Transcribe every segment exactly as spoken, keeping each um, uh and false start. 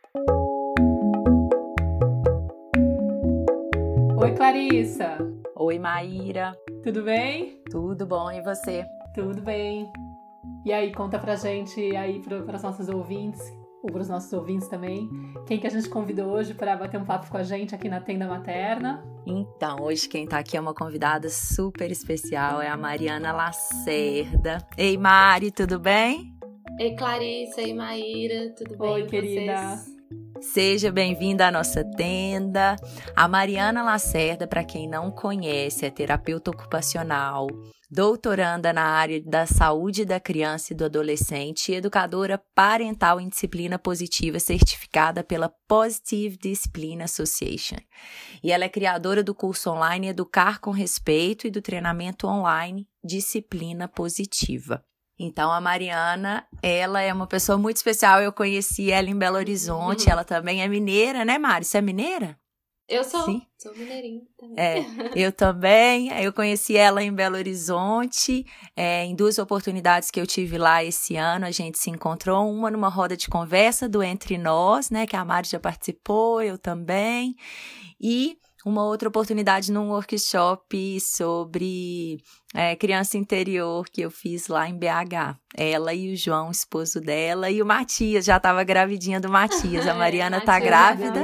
Oi, Clarissa. Oi, Maíra. Tudo bem? Tudo bom, e você? Tudo bem. E aí, conta pra gente, aí para os nossos ouvintes, ou para os nossos ouvintes também, quem que a gente convidou hoje para bater um papo com a gente aqui na Tenda Materna? Então, hoje quem tá aqui é uma convidada super especial, é a Mariana Lacerda. Ei, Mari, tudo bem? Ei, Clarissa, ei, Maíra, tudo bem? Oi, querida. Vocês? Seja bem-vinda à nossa tenda. A Mariana Lacerda, para quem não conhece, é terapeuta ocupacional, doutoranda na área da saúde da criança e do adolescente e educadora parental em disciplina positiva certificada pela Positive Discipline Association. E ela é criadora do curso online Educar com Respeito e do treinamento online Disciplina Positiva. Então, a Mariana, ela é uma pessoa muito especial. Eu conheci ela em Belo Horizonte. Uhum. Ela também é mineira, né, Mari? Você é mineira? Eu sou. Sim. Sou mineirinha também. É, eu também. Eu conheci ela em Belo Horizonte. É, em duas oportunidades que eu tive lá esse ano, a gente se encontrou. Uma numa roda de conversa do Entre Nós, né? Que a Mari já participou, eu também. E uma outra oportunidade num workshop sobre é, criança interior que eu fiz lá em B H. Ela e o João, esposo dela, e o Matias, já estava gravidinha do Matias. A Mariana é, tá grávida.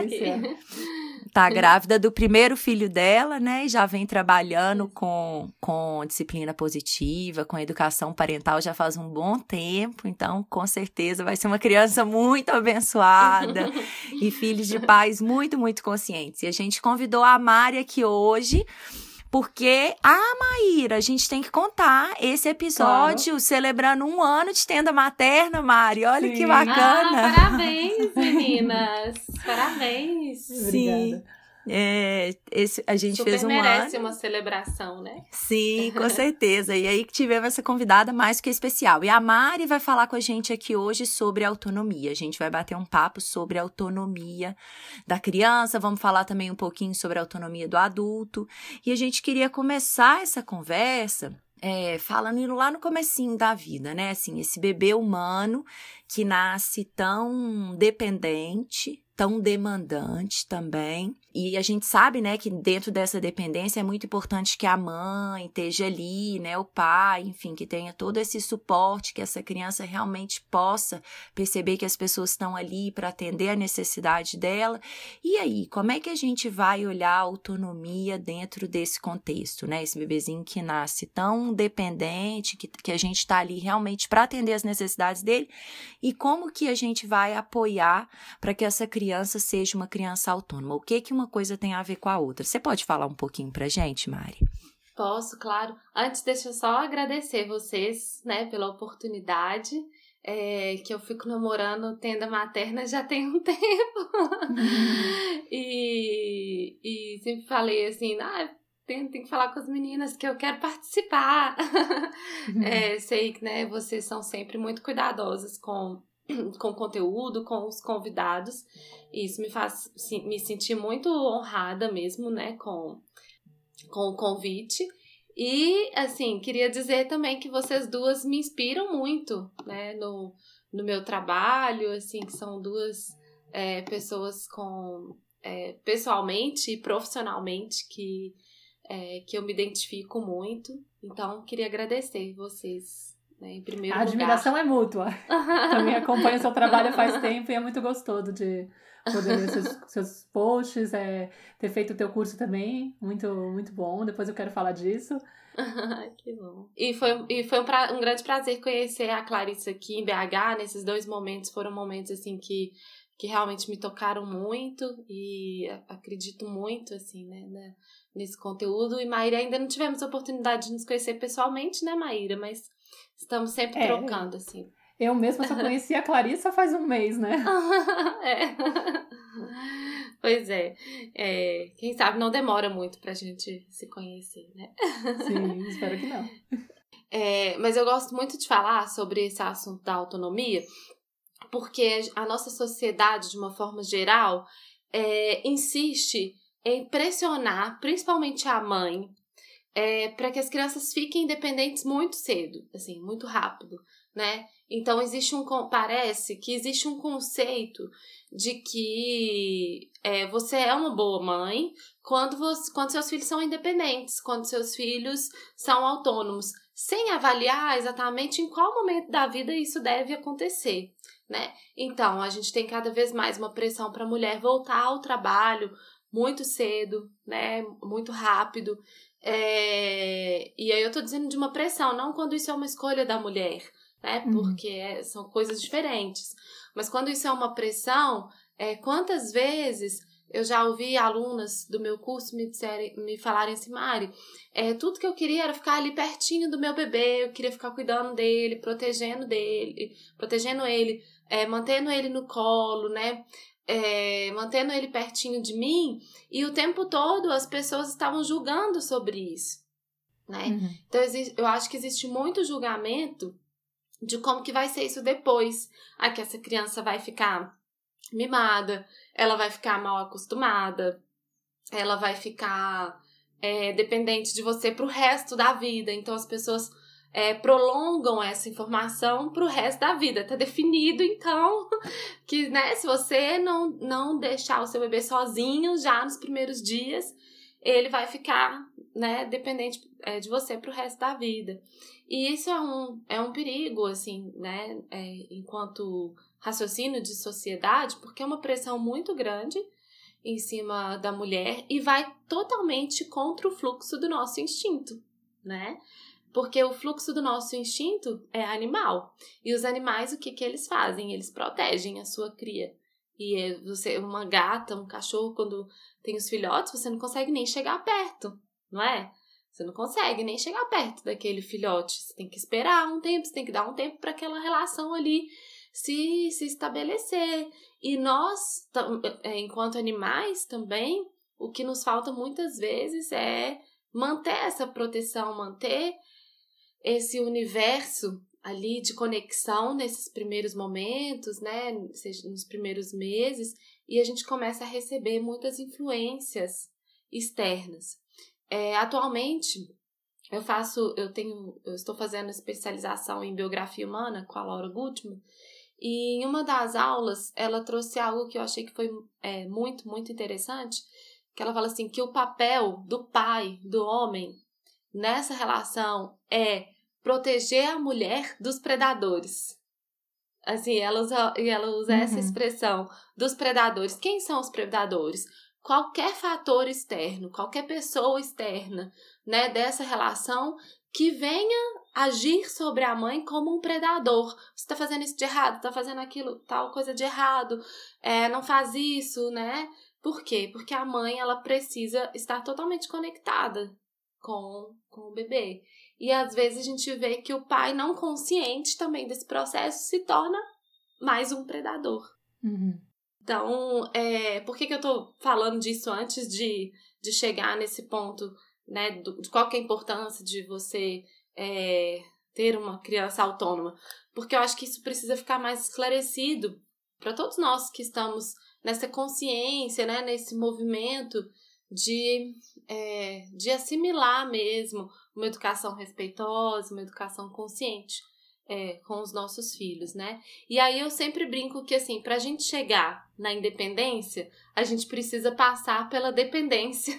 Tá grávida do primeiro filho dela, né? E já vem trabalhando com, com disciplina positiva, com educação parental já faz um bom tempo. Então, com certeza, vai ser uma criança muito abençoada e filhos de pais muito, muito conscientes. E a gente convidou a Mari aqui hoje porque, ah, Maíra, a gente tem que contar esse episódio claro. Celebrando um ano de tenda materna, Mari. Olha Sim. que bacana. Ah, parabéns, meninas. Parabéns. Sim. Obrigada. É, esse, a gente Super fez um merece ano. Uma celebração, né? Sim, com certeza. E aí que tivemos essa convidada mais que especial. E a Mari vai falar com a gente aqui hoje sobre autonomia. A gente vai bater um papo sobre a autonomia da criança. Vamos falar também um pouquinho sobre a autonomia do adulto. E a gente queria começar essa conversa É, falando lá no comecinho da vida, né? Assim, esse bebê humano que nasce tão dependente, tão demandante também. E a gente sabe, né, que dentro dessa dependência é muito importante que a mãe esteja ali, né, o pai, enfim, que tenha todo esse suporte, que essa criança realmente possa perceber que as pessoas estão ali para atender a necessidade dela. E aí, como é que a gente vai olhar a autonomia dentro desse contexto, né? Esse bebezinho que nasce tão dependente, que, que a gente está ali realmente para atender as necessidades dele, e como que a gente vai apoiar para que essa criança seja uma criança autônoma? O que que uma coisa tem a ver com a outra? Você pode falar um pouquinho pra gente, Mari? Posso, claro. Antes, deixa eu só agradecer vocês, né, pela oportunidade, é, que eu fico namorando tenda materna já tem um tempo. e, e sempre falei assim, ah, tem, tem que falar com as meninas que eu quero participar. é, sei que, né, vocês são sempre muito cuidadosas com com conteúdo, com os convidados, e isso me faz me sentir muito honrada mesmo, né, com, com o convite. E, assim, queria dizer também que vocês duas me inspiram muito, né, no, no meu trabalho, assim, que são duas é, pessoas com, é, pessoalmente e profissionalmente que, é, que eu me identifico muito. Então, queria agradecer vocês. Em primeiro a admiração lugar. é mútua. Também acompanho o seu trabalho faz tempo e é muito gostoso de poder ler seus, seus posts, é, ter feito o teu curso também, muito, muito bom. Depois eu quero falar disso. Que bom. E foi, e foi um, pra, um grande prazer conhecer a Clarissa aqui em B H. Nesses dois momentos foram momentos assim que, que realmente me tocaram muito e acredito muito assim, né, né, nesse conteúdo. E Maíra, ainda não tivemos a oportunidade de nos conhecer pessoalmente, né, Maíra? Mas estamos sempre é, trocando, assim. Eu mesma só conheci a Clarissa faz um mês, né? é. Pois é. é. Quem sabe não demora muito pra gente se conhecer, né? Sim, espero que não. É, mas eu gosto muito de falar sobre esse assunto da autonomia, porque a nossa sociedade, de uma forma geral, é, insiste em pressionar, principalmente a mãe, É, para que as crianças fiquem independentes muito cedo, assim, muito rápido, né? Então, existe um, parece que existe um conceito de que é, você é uma boa mãe quando, você, quando seus filhos são independentes, quando seus filhos são autônomos, sem avaliar exatamente em qual momento da vida isso deve acontecer, né? Então, a gente tem cada vez mais uma pressão para a mulher voltar ao trabalho muito cedo, né? Muito rápido. É... E aí eu tô dizendo de uma pressão, não quando isso é uma escolha da mulher, né? Porque é, são coisas diferentes. Mas quando isso é uma pressão, é, quantas vezes eu já ouvi alunas do meu curso me, disserem, me falarem assim, Mari, é, tudo que eu queria era ficar ali pertinho do meu bebê, eu queria ficar cuidando dele, protegendo dele, protegendo ele, é, mantendo ele no colo, né? É, mantendo ele pertinho de mim, e o tempo todo as pessoas estavam julgando sobre isso, né? Uhum. Então eu acho que existe muito julgamento de como que vai ser isso depois. Ah, que essa criança vai ficar mimada, ela vai ficar mal acostumada, ela vai ficar é, dependente de você pro resto da vida. Então as pessoas é, prolongam essa informação pro resto da vida. Tá definido, então, que, né, se você não, não deixar o seu bebê sozinho já nos primeiros dias, ele vai ficar, né, dependente é, de você pro resto da vida. E isso é um, é um perigo, assim, né, é, enquanto raciocínio de sociedade, porque é uma pressão muito grande em cima da mulher e vai totalmente contra o fluxo do nosso instinto, né? Porque o fluxo do nosso instinto é animal. E os animais, o que, que eles fazem? Eles protegem a sua cria. E você, uma gata, um cachorro, quando tem os filhotes, você não consegue nem chegar perto, não é? Você não consegue nem chegar perto daquele filhote. Você tem que esperar um tempo, você tem que dar um tempo para aquela relação ali se, se estabelecer. E nós, enquanto animais também, o que nos falta muitas vezes é manter essa proteção, manter esse universo ali de conexão nesses primeiros momentos, né, nos primeiros meses, e a gente começa a receber muitas influências externas. É, atualmente, eu faço, eu tenho, eu estou fazendo especialização em biografia humana com a Laura Gutman, e em uma das aulas ela trouxe algo que eu achei que foi é, muito, muito interessante, que ela fala assim, que o papel do pai, do homem, nessa relação é proteger a mulher dos predadores. Assim, ela usa, ela usa uhum. essa expressão, dos predadores. Quem são os predadores? Qualquer fator externo, qualquer pessoa externa, né, dessa relação que venha agir sobre a mãe como um predador. Você está fazendo isso de errado, está fazendo aquilo, tal coisa de errado, é, não faz isso, né? Por quê? Porque a mãe, ela precisa estar totalmente conectada com, com o bebê. E às vezes a gente vê que o pai, não consciente também desse processo, se torna mais um predador. Uhum. Então, é, por que, que eu tô falando disso antes de, de chegar nesse ponto, né, do, de qual que é a importância de você é, ter uma criança autônoma? Porque eu acho que isso precisa ficar mais esclarecido para todos nós que estamos nessa consciência, né, nesse movimento de, é, de assimilar mesmo uma educação respeitosa, uma educação consciente é, com os nossos filhos, né? E aí eu sempre brinco que, assim, pra gente chegar na independência, a gente precisa passar pela dependência,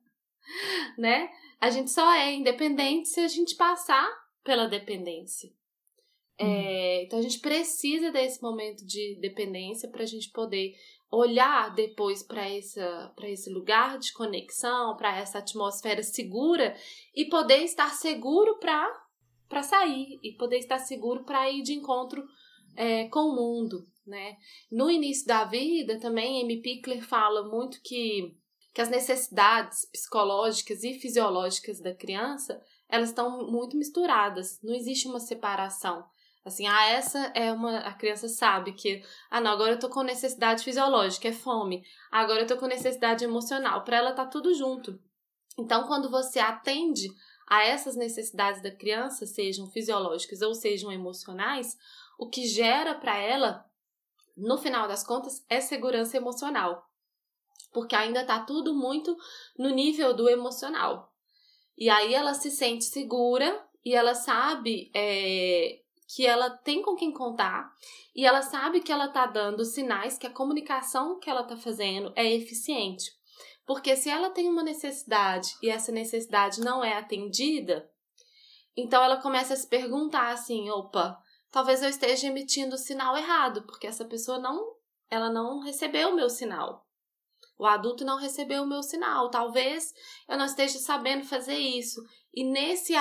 né? A gente só é independente se a gente passar pela dependência. Uhum. É, então a gente precisa desse momento de dependência pra gente poder olhar depois para esse lugar de conexão, para essa atmosfera segura e poder estar seguro para sair e poder estar seguro para ir de encontro é, com o mundo, né? No início da vida também, Amy Pickler fala muito que, que as necessidades psicológicas e fisiológicas da criança, elas estão muito misturadas, não existe uma separação. Assim, ah, essa é uma... A criança sabe que... Ah, não, agora eu tô com necessidade fisiológica, é fome. Agora eu tô com necessidade emocional. Para ela tá tudo junto. Então, quando você atende a essas necessidades da criança, sejam fisiológicas ou sejam emocionais, o que gera para ela, no final das contas, é segurança emocional. Porque ainda tá tudo muito no nível do emocional. E aí ela se sente segura e ela sabe... É, que ela tem com quem contar e ela sabe que ela tá dando sinais que a comunicação que ela tá fazendo é eficiente. Porque se ela tem uma necessidade e essa necessidade não é atendida, então ela começa a se perguntar assim, opa, talvez eu esteja emitindo o sinal errado, porque essa pessoa não, ela não recebeu o meu sinal. O adulto não recebeu o meu sinal, talvez eu não esteja sabendo fazer isso. E nesse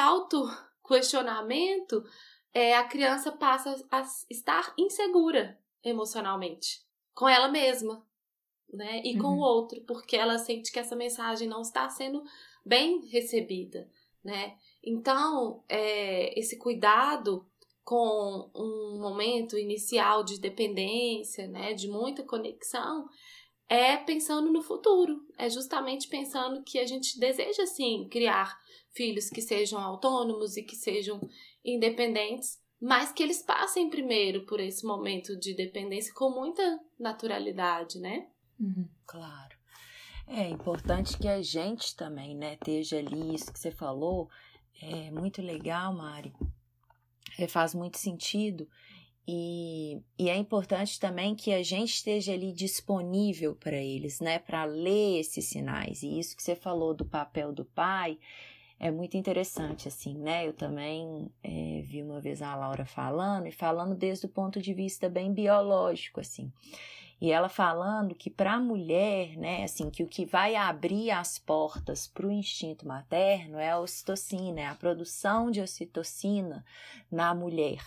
auto-questionamento, é, a criança passa a estar insegura emocionalmente, com ela mesma. Né? E com Uhum. o outro, porque ela sente que essa mensagem não está sendo bem recebida, né? Então, é, esse cuidado com um momento inicial de dependência, né, de muita conexão, é pensando no futuro, é justamente pensando que a gente deseja, sim, criar filhos que sejam autônomos e que sejam independentes, mas que eles passem primeiro por esse momento de dependência com muita naturalidade, né? Uhum. Claro. É importante que a gente também, né, esteja ali, isso que você falou, é muito legal, Mari, é, faz muito sentido, e, e é importante também que a gente esteja ali disponível para eles, né, para ler esses sinais, e isso que você falou do papel do pai, é muito interessante, assim, né, eu também é, vi uma vez a Laura falando, e falando desde o ponto de vista bem biológico, assim, e ela falando que para a mulher, né, assim, que o que vai abrir as portas para o instinto materno é a ocitocina, é a produção de ocitocina na mulher,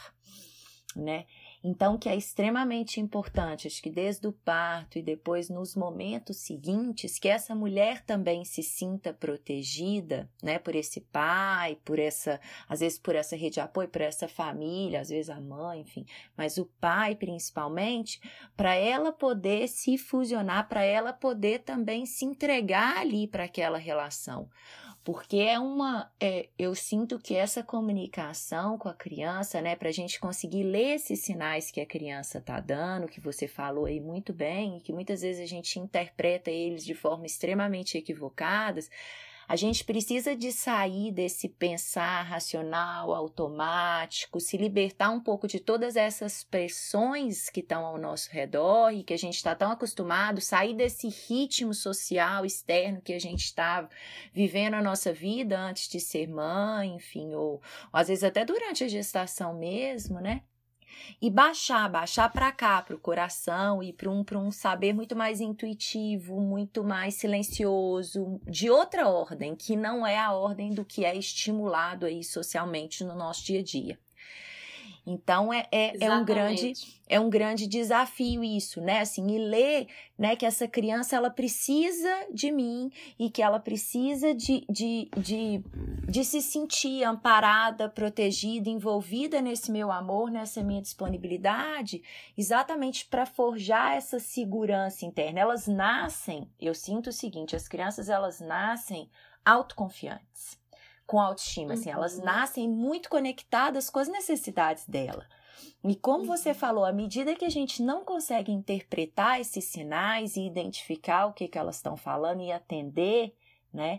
né? Então, que é extremamente importante, acho que desde o parto e depois nos momentos seguintes, que essa mulher também se sinta protegida, né, por esse pai, por essa, às vezes por essa rede de apoio, por essa família, às vezes a mãe, enfim, mas o pai principalmente, para ela poder se fusionar, para ela poder também se entregar ali para aquela relação. Porque é uma, é, eu sinto que essa comunicação com a criança, né, para a gente conseguir ler esses sinais que a criança está dando, que você falou aí muito bem, e que muitas vezes a gente interpreta eles de forma extremamente equivocadas, a gente precisa de sair desse pensar racional, automático, se libertar um pouco de todas essas pressões que estão ao nosso redor e que a gente está tão acostumado, sair desse ritmo social externo que a gente está vivendo a nossa vida antes de ser mãe, enfim, ou, ou às vezes até durante a gestação mesmo, né? E baixar, baixar para cá, para o coração e para um, para um saber muito mais intuitivo, muito mais silencioso, de outra ordem, que não é a ordem do que é estimulado aí socialmente no nosso dia a dia. Então, é, é, é, um grande, é um grande desafio isso, né? Assim, e ler, né, que essa criança, ela precisa de mim e que ela precisa de, de, de, de se sentir amparada, protegida, envolvida nesse meu amor, nessa minha disponibilidade, exatamente para forjar essa segurança interna. Elas nascem, eu sinto o seguinte, as crianças, elas nascem autoconfiantes, com autoestima, assim, uhum. Elas nascem muito conectadas com as necessidades dela. E como uhum. você falou, à medida que a gente não consegue interpretar esses sinais e identificar o que, que elas estão falando e atender, né,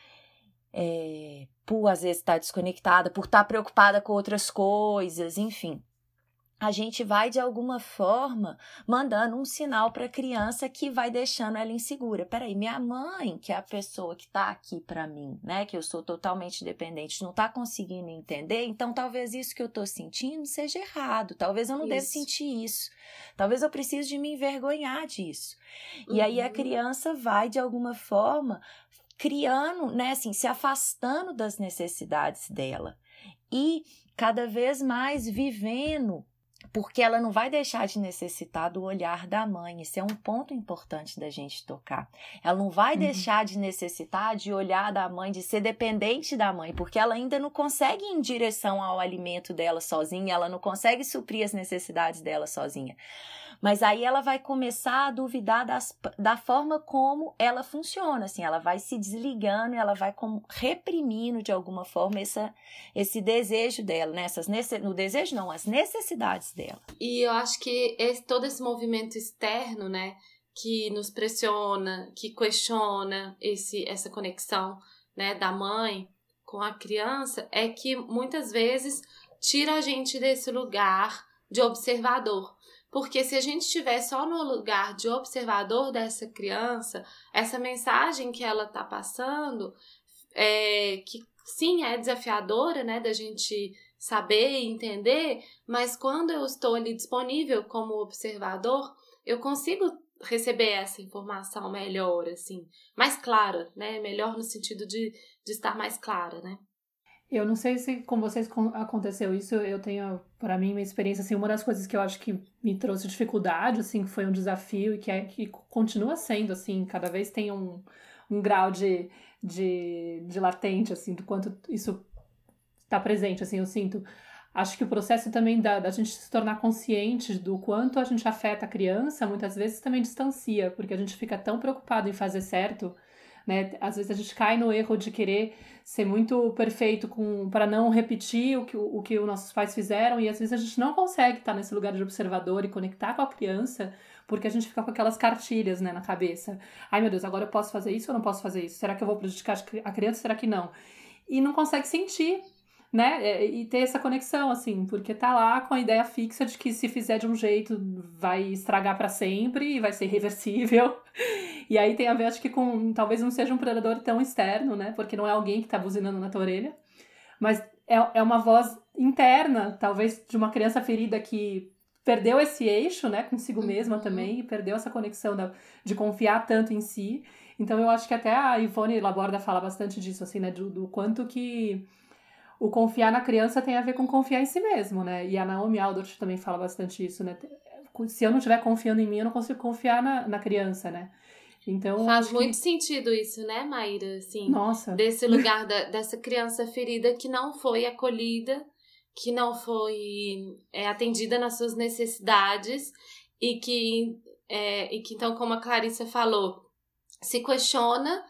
é, por às vezes estar desconectada, por estar preocupada com outras coisas, enfim, a gente vai, de alguma forma, mandando um sinal para a criança que vai deixando ela insegura. Peraí, minha mãe, que é a pessoa que está aqui para mim, né, que eu sou totalmente dependente, não está conseguindo entender, então talvez isso que eu estou sentindo seja errado, talvez eu não deva sentir isso, talvez eu precise de me envergonhar disso. Uhum. E aí a criança vai, de alguma forma, criando, né, assim, se afastando das necessidades dela e cada vez mais vivendo, porque ela não vai deixar de necessitar do olhar da mãe. Isso é um ponto importante da gente tocar. Ela não vai uhum. deixar de necessitar de olhar da mãe, de ser dependente da mãe, porque ela ainda não consegue ir em direção ao alimento dela sozinha, ela não consegue suprir as necessidades dela sozinha. Mas aí ela vai começar a duvidar das, da forma como ela funciona, assim, ela vai se desligando, ela vai como reprimindo de alguma forma essa, esse desejo dela, né? Essas necess... no desejo não, as necessidades dela. E eu acho que esse, todo esse movimento externo, né, que nos pressiona, que questiona esse, essa conexão, né, da mãe com a criança, é que muitas vezes tira a gente desse lugar de observador. Porque se a gente estiver só no lugar de observador dessa criança, essa mensagem que ela está passando, é, que sim, é desafiadora, né, da gente saber e entender, mas quando eu estou ali disponível como observador, eu consigo receber essa informação melhor, assim, mais clara, né, melhor no sentido de, de estar mais clara, né. Eu não sei se com vocês aconteceu isso, eu tenho, para mim, uma experiência, assim, uma das coisas que eu acho que me trouxe dificuldade, assim, que foi um desafio e que, é, que continua sendo, assim, cada vez tem um, um grau de, de, de latente, assim, do quanto isso está presente, assim, eu sinto. Acho que o processo também da, da gente se tornar consciente do quanto a gente afeta a criança, muitas vezes também distancia, porque a gente fica tão preocupado em fazer certo, né? Às vezes a gente cai no erro de querer ser muito perfeito para não repetir o que, o que os nossos pais fizeram, e às vezes a gente não consegue estar nesse lugar de observador e conectar com a criança, porque a gente fica com aquelas cartilhas, né, na cabeça. Ai, meu Deus, agora eu posso fazer isso ou não posso fazer isso? Será que eu vou prejudicar a criança? Será que não? E não consegue sentir, né, e ter essa conexão, assim, porque tá lá com a ideia fixa de que se fizer de um jeito vai estragar para sempre e vai ser irreversível. E aí tem a ver, acho que com, talvez não seja um predador tão externo, né, porque não é alguém que tá buzinando na tua orelha, mas é, é uma voz interna, talvez de uma criança ferida que perdeu esse eixo, né, consigo mesma, uhum, também, e perdeu essa conexão da, de confiar tanto em si. Então eu acho que até a Ivone Laborda fala bastante disso, assim, né, do, do quanto que o confiar na criança tem a ver com confiar em si mesmo, né? E a Naomi Aldrich também fala bastante isso, né? Se eu não estiver confiando em mim, eu não consigo confiar na, na criança, né? Então, faz acho muito que... sentido isso, né, Maíra? Assim, Nossa. Desse lugar da, dessa criança ferida que não foi acolhida, que não foi é, atendida nas suas necessidades e que, é, e que, então, como a Clarissa falou, se questiona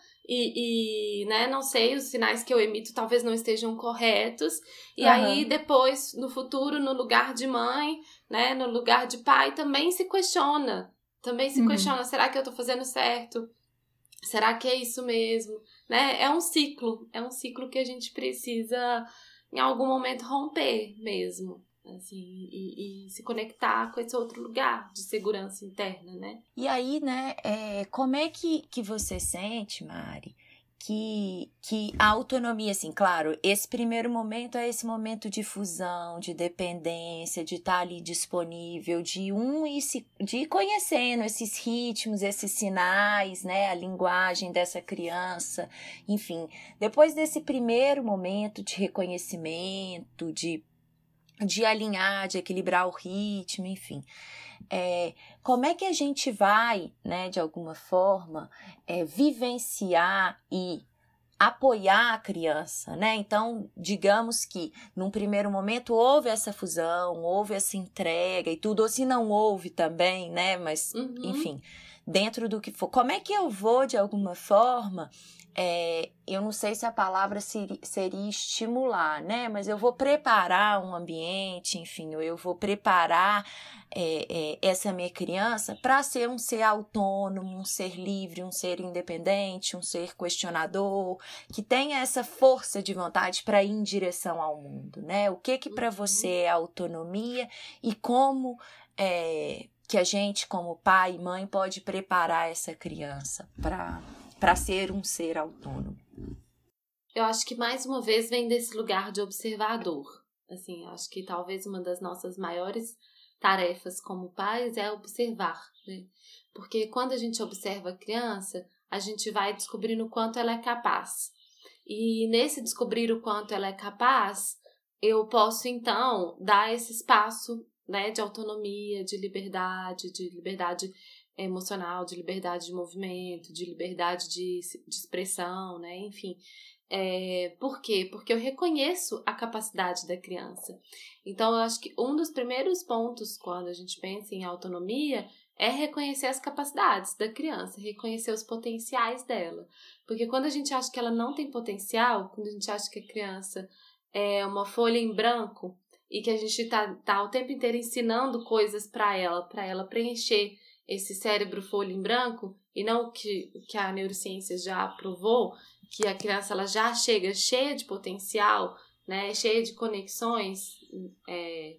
e, e, né, não sei, os sinais que eu emito talvez não estejam corretos, e uhum, aí depois, no futuro, no lugar de mãe, né, no lugar de pai, também se questiona, também se uhum, questiona, será que eu tô fazendo certo? Será que é isso mesmo? Né? É um ciclo, é um ciclo que a gente precisa, em algum momento, romper mesmo. Assim, e, e se conectar com esse outro lugar de segurança interna, né? E aí, né, é, como é que, que você sente, Mari, que, que a autonomia, assim, claro, esse primeiro momento é esse momento de fusão, de dependência, de estar ali disponível, de um ir, se, de ir conhecendo esses ritmos, esses sinais, né, a linguagem dessa criança, enfim. Depois desse primeiro momento de reconhecimento, de de alinhar, de equilibrar o ritmo, enfim. É, como é que a gente vai, né, de alguma forma, é, vivenciar e apoiar a criança, né? Então, digamos que num primeiro momento houve essa fusão, houve essa entrega e tudo, ou se não houve também, né? Mas, uhum, enfim, dentro do que for. Como é que eu vou, de alguma forma... É, eu não sei se a palavra seria, seria estimular, né? Mas eu vou preparar um ambiente, enfim, eu vou preparar é, é, essa minha criança para ser um ser autônomo, um ser livre, um ser independente, um ser questionador, que tenha essa força de vontade para ir em direção ao mundo, né? O que que para você é autonomia e como é, que a gente, como pai e mãe, pode preparar essa criança para... para ser um ser autônomo? Eu acho que mais uma vez vem desse lugar de observador. Assim, acho que talvez uma das nossas maiores tarefas como pais é observar, né? Porque quando a gente observa a criança, a gente vai descobrindo o quanto ela é capaz. E nesse descobrir o quanto ela é capaz, eu posso então dar esse espaço, né, de autonomia, de liberdade, de liberdade emocional, de liberdade de movimento, de liberdade de, de expressão, né? Enfim. É, por quê? Porque eu reconheço a capacidade da criança. Então, eu acho que um dos primeiros pontos quando a gente pensa em autonomia é reconhecer as capacidades da criança, reconhecer os potenciais dela. Porque quando a gente acha que ela não tem potencial, quando a gente acha que a criança é uma folha em branco e que a gente tá, tá o tempo inteiro ensinando coisas para ela, para ela preencher esse cérebro folha em branco, e não o que, que a neurociência já provou, que a criança ela já chega cheia de potencial, né, cheia de conexões é,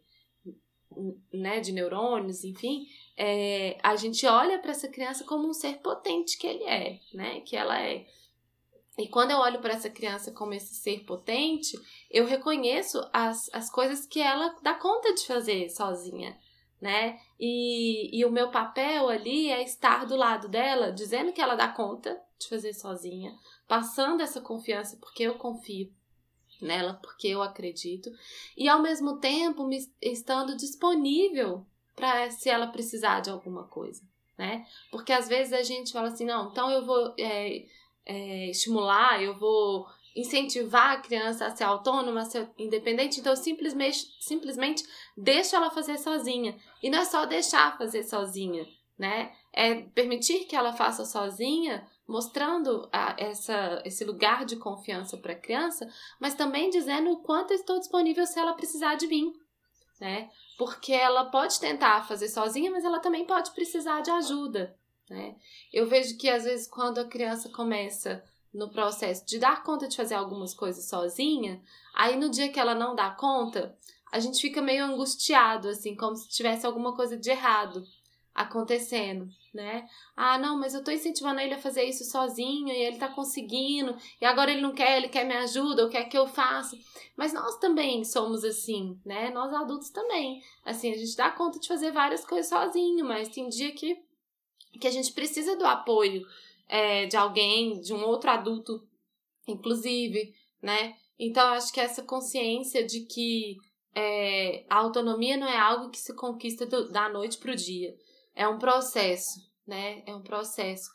né, de neurônios, enfim, é, a gente olha para essa criança como um ser potente que ele é, né, que ela é. E quando eu olho para essa criança como esse ser potente, eu reconheço as, as coisas que ela dá conta de fazer sozinha, né? E, e o meu papel ali é estar do lado dela, dizendo que ela dá conta de fazer sozinha, passando essa confiança porque eu confio nela, porque eu acredito, e ao mesmo tempo me estando disponível para se ela precisar de alguma coisa, né? Porque às vezes a gente fala assim, não, então eu vou é, é, estimular, eu vou incentivar a criança a ser autônoma, a ser independente, então eu simplesmente, simplesmente deixo ela fazer sozinha. E não é só deixar fazer sozinha, né? É permitir que ela faça sozinha, mostrando a, essa, esse lugar de confiança para a criança, mas também dizendo o quanto eu estou disponível se ela precisar de mim, né? Porque ela pode tentar fazer sozinha, mas ela também pode precisar de ajuda, né? Eu vejo que às vezes quando a criança começa no processo de dar conta de fazer algumas coisas sozinha, aí no dia que ela não dá conta, a gente fica meio angustiado, assim, como se tivesse alguma coisa de errado acontecendo, né? Ah, não, mas eu tô incentivando ele a fazer isso sozinho e ele tá conseguindo, e agora ele não quer, ele quer me ajuda, ou quer que eu faça. Mas nós também somos assim, né? Nós adultos também. Assim, a gente dá conta de fazer várias coisas sozinho, mas tem dia que, que a gente precisa do apoio é, de alguém, de um outro adulto, inclusive, né? Então, eu acho que essa consciência de que é, a autonomia não é algo que se conquista do, da noite pro dia. É um processo, né? É um processo.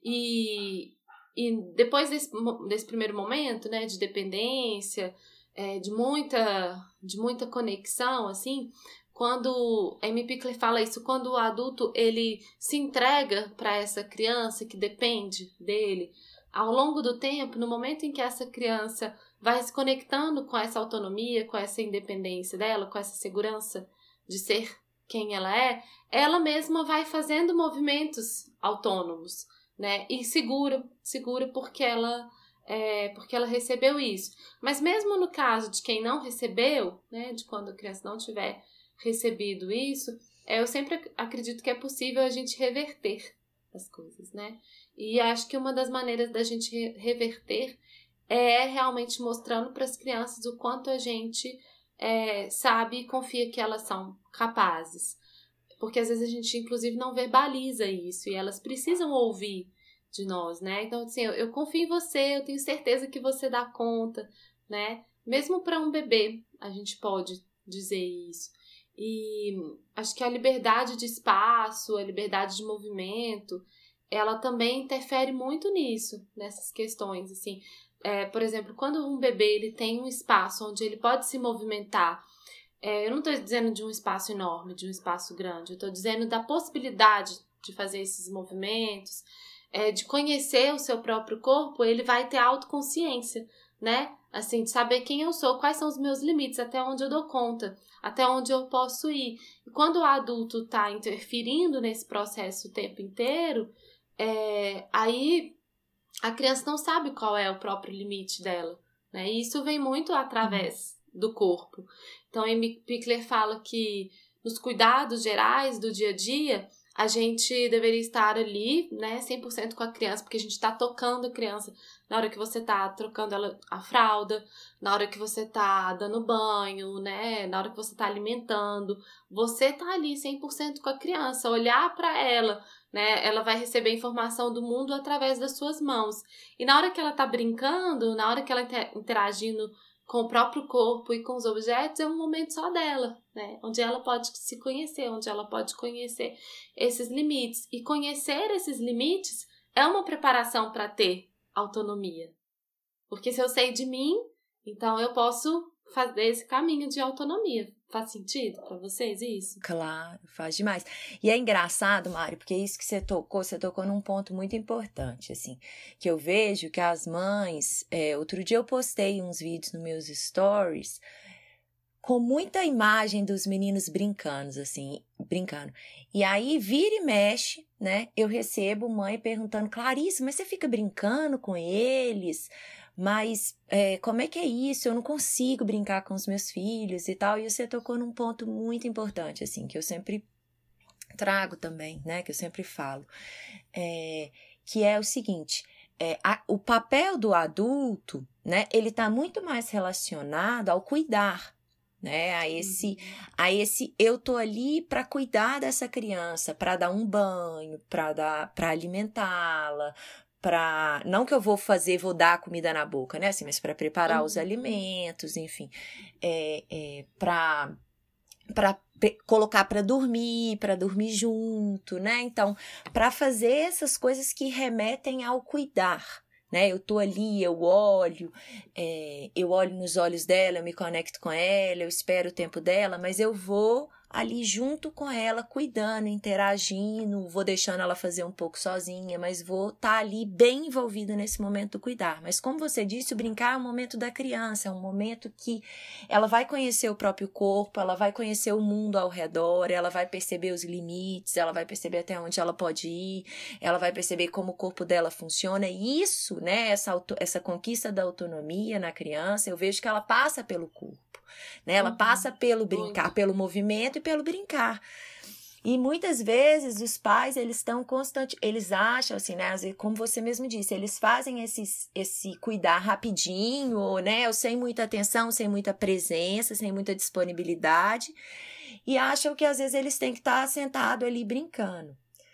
E, e depois desse, desse primeiro momento, né, de dependência, é, de, muita, de muita conexão, assim, quando a Amy Pickler fala isso, quando o adulto ele se entrega para essa criança que depende dele, ao longo do tempo, no momento em que essa criança vai se conectando com essa autonomia, com essa independência dela, com essa segurança de ser quem ela é, ela mesma vai fazendo movimentos autônomos, né? E segura, segura porque ela, é, porque ela recebeu isso. Mas mesmo no caso de quem não recebeu, né? De quando a criança não tiver recebido isso, é, eu sempre acredito que é possível a gente reverter as coisas, né? E acho que uma das maneiras da gente reverter é realmente mostrando para as crianças o quanto a gente é, sabe e confia que elas são capazes. Porque às vezes a gente, inclusive, não verbaliza isso e elas precisam ouvir de nós, né? Então, assim, eu, eu confio em você, eu tenho certeza que você dá conta, né? Mesmo para um bebê, a gente pode dizer isso. E acho que a liberdade de espaço, a liberdade de movimento, ela também interfere muito nisso, nessas questões, assim. É, por exemplo, quando um bebê ele tem um espaço onde ele pode se movimentar, é, eu não estou dizendo de um espaço enorme, de um espaço grande, eu estou dizendo da possibilidade de fazer esses movimentos, é, de conhecer o seu próprio corpo, ele vai ter autoconsciência, né? Assim, de saber quem eu sou, quais são os meus limites, até onde eu dou conta, até onde eu posso ir. E quando o adulto está interferindo nesse processo o tempo inteiro, é, aí a criança não sabe qual é o próprio limite dela, né? E isso vem muito através do corpo. Então, a Amy Pickler fala que nos cuidados gerais do dia a dia, a gente deveria estar ali, né, cem por cento com a criança, porque a gente está tocando a criança na hora que você está trocando ela, a fralda, na hora que você está dando banho, né, na hora que você está alimentando. Você está ali cem por cento com a criança, olhar para ela, né, ela vai receber informação do mundo através das suas mãos. E na hora que ela está brincando, na hora que ela está interagindo com o próprio corpo e com os objetos, é um momento só dela, né? Onde ela pode se conhecer, onde ela pode conhecer esses limites. E conhecer esses limites é uma preparação para ter autonomia. Porque se eu sei de mim, então eu posso fazer esse caminho de autonomia. Faz sentido para vocês isso? Claro, faz demais. E é engraçado, Mari, porque isso que você tocou, você tocou num ponto muito importante, assim, que eu vejo que as mães, é, outro dia eu postei uns vídeos nos meus stories com muita imagem dos meninos brincando, assim, brincando. E aí, vira e mexe, né, eu recebo mãe perguntando, Clarice, mas você fica brincando com eles? mas é, como é que é isso? Eu não consigo brincar com os meus filhos e tal. E você tocou num ponto muito importante, assim, que eu sempre trago também, né? Que eu sempre falo. É, que é o seguinte, é, a, o papel do adulto, né? Ele está muito mais relacionado ao cuidar, né? A esse, a esse eu tô ali para cuidar dessa criança, para dar um banho, para dar, para alimentá-la, para não que eu vou fazer, vou dar comida na boca, né? Assim, mas para preparar uhum. os alimentos, enfim, é, é, para para colocar para dormir, para dormir junto, né? Então, para fazer essas coisas que remetem ao cuidar. Né? Eu tô ali, eu olho, é, eu olho nos olhos dela, eu me conecto com ela, eu espero o tempo dela, mas eu vou ali junto com ela, cuidando, interagindo, vou deixando ela fazer um pouco sozinha, mas vou estar tá ali bem envolvida nesse momento do cuidar. Mas como você disse, o brincar é um momento da criança, é um momento que ela vai conhecer o próprio corpo, ela vai conhecer o mundo ao redor, ela vai perceber os limites, ela vai perceber até onde ela pode ir, ela vai perceber como o corpo dela funciona, e isso, né, essa, auto, essa conquista da autonomia na criança, eu vejo que ela passa pelo corpo. Né? Ela uhum. passa pelo brincar, Muito. pelo movimento e pelo brincar. E muitas vezes os pais, eles estão constantes, eles acham assim, né? Como você mesmo disse, eles fazem esse, esse cuidar rapidinho, ou, né? Ou sem muita atenção, sem muita presença, sem muita disponibilidade, e acham que às vezes eles têm que estar sentados ali brincando.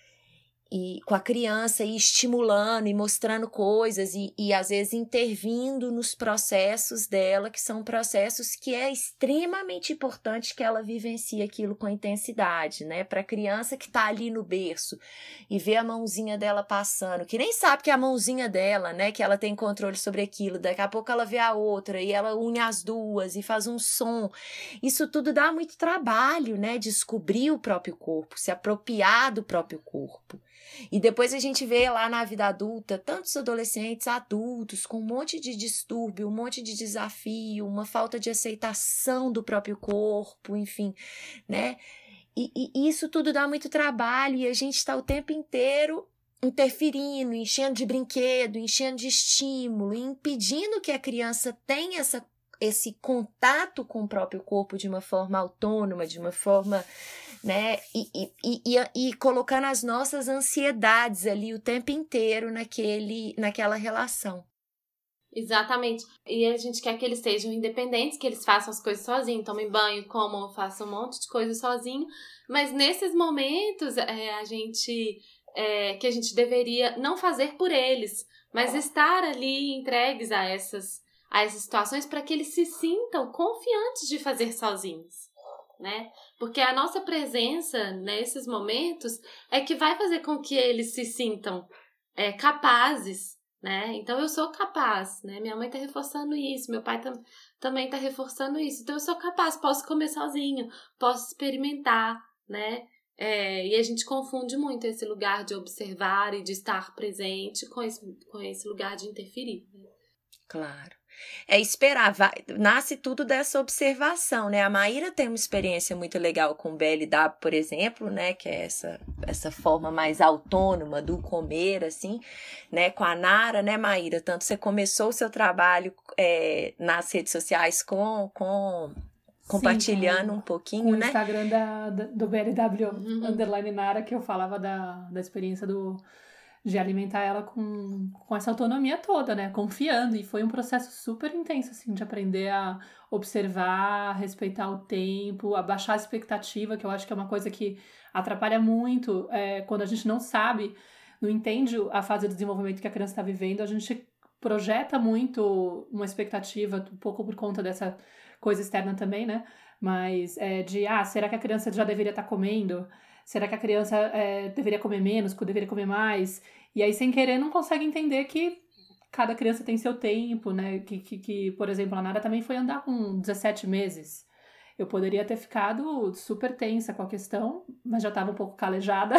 E com a criança, e estimulando, e mostrando coisas, e, e às vezes intervindo nos processos dela, que são processos que é extremamente importante que ela vivencie aquilo com intensidade, né? Para a criança que está ali no berço e vê a mãozinha dela passando, que nem sabe que é a mãozinha dela, né? Que ela tem controle sobre aquilo, daqui a pouco ela vê a outra, e ela une as duas, e faz um som. Isso tudo dá muito trabalho, né? Descobrir o próprio corpo, se apropriar do próprio corpo. E depois a gente vê lá na vida adulta tantos adolescentes adultos com um monte de distúrbio, um monte de desafio, uma falta de aceitação do próprio corpo, enfim, né? E, e isso tudo dá muito trabalho, e a gente está o tempo inteiro interferindo, enchendo de brinquedo, enchendo de estímulo, impedindo que a criança tenha essa, esse contato com o próprio corpo de uma forma autônoma, de uma forma... né? E, e, e, e colocando as nossas ansiedades ali o tempo inteiro naquele, naquela relação. Exatamente. E a gente quer que eles sejam independentes, que eles façam as coisas sozinhos, tomem banho, comam, façam um monte de coisa sozinho. Mas nesses momentos, é, a gente, é, que a gente deveria não fazer por eles, mas estar ali entregues a essas, a essas situações para que eles se sintam confiantes de fazer sozinhos. Né? Porque a nossa presença nesses momentos é que vai fazer com que eles se sintam é, capazes, né? Então eu sou capaz, né? Minha mãe tá reforçando isso, meu pai tam- também tá reforçando isso, então eu sou capaz, posso comer sozinho, posso experimentar, né? É, e a gente confunde muito esse lugar de observar e de estar presente com esse, com esse lugar de interferir, né? Claro. É esperar, vai, nasce tudo dessa observação, né? A Maíra tem uma experiência muito legal com o B L W, por exemplo, né? Que é essa, essa forma mais autônoma do comer, assim, né? Com a Nara, né, Maíra? Tanto você começou o seu trabalho é, nas redes sociais com... com compartilhando Sim, com, um pouquinho, com né? o Instagram da, da, do B L W uhum. underline Nara, que eu falava da, da experiência do... de alimentar ela com, com essa autonomia toda, né? Confiando. E foi um processo super intenso, assim, de aprender a observar, respeitar o tempo, abaixar a expectativa, que eu acho que é uma coisa que atrapalha muito é, quando a gente não sabe, não entende a fase de desenvolvimento que a criança está vivendo, a gente projeta muito uma expectativa, um pouco por conta dessa coisa externa também, né? Mas é, de, ah, será que a criança já deveria estar comendo? Será que a criança é, deveria comer menos, deveria comer mais? E aí, sem querer, não consegue entender que cada criança tem seu tempo, né? Que, que, que por exemplo, a Nara também foi andar com dezessete meses. Eu poderia ter ficado super tensa com a questão, mas já estava um pouco calejada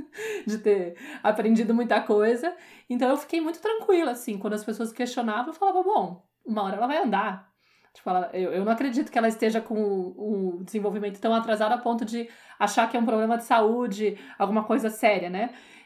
de ter aprendido muita coisa. Então, eu fiquei muito tranquila, assim. Quando as pessoas questionavam, eu falava, bom, uma hora ela vai andar. Tipo, ela, eu, eu não acredito que ela esteja com o, o desenvolvimento tão atrasado a ponto de achar que é um problema de saúde, alguma coisa séria, né?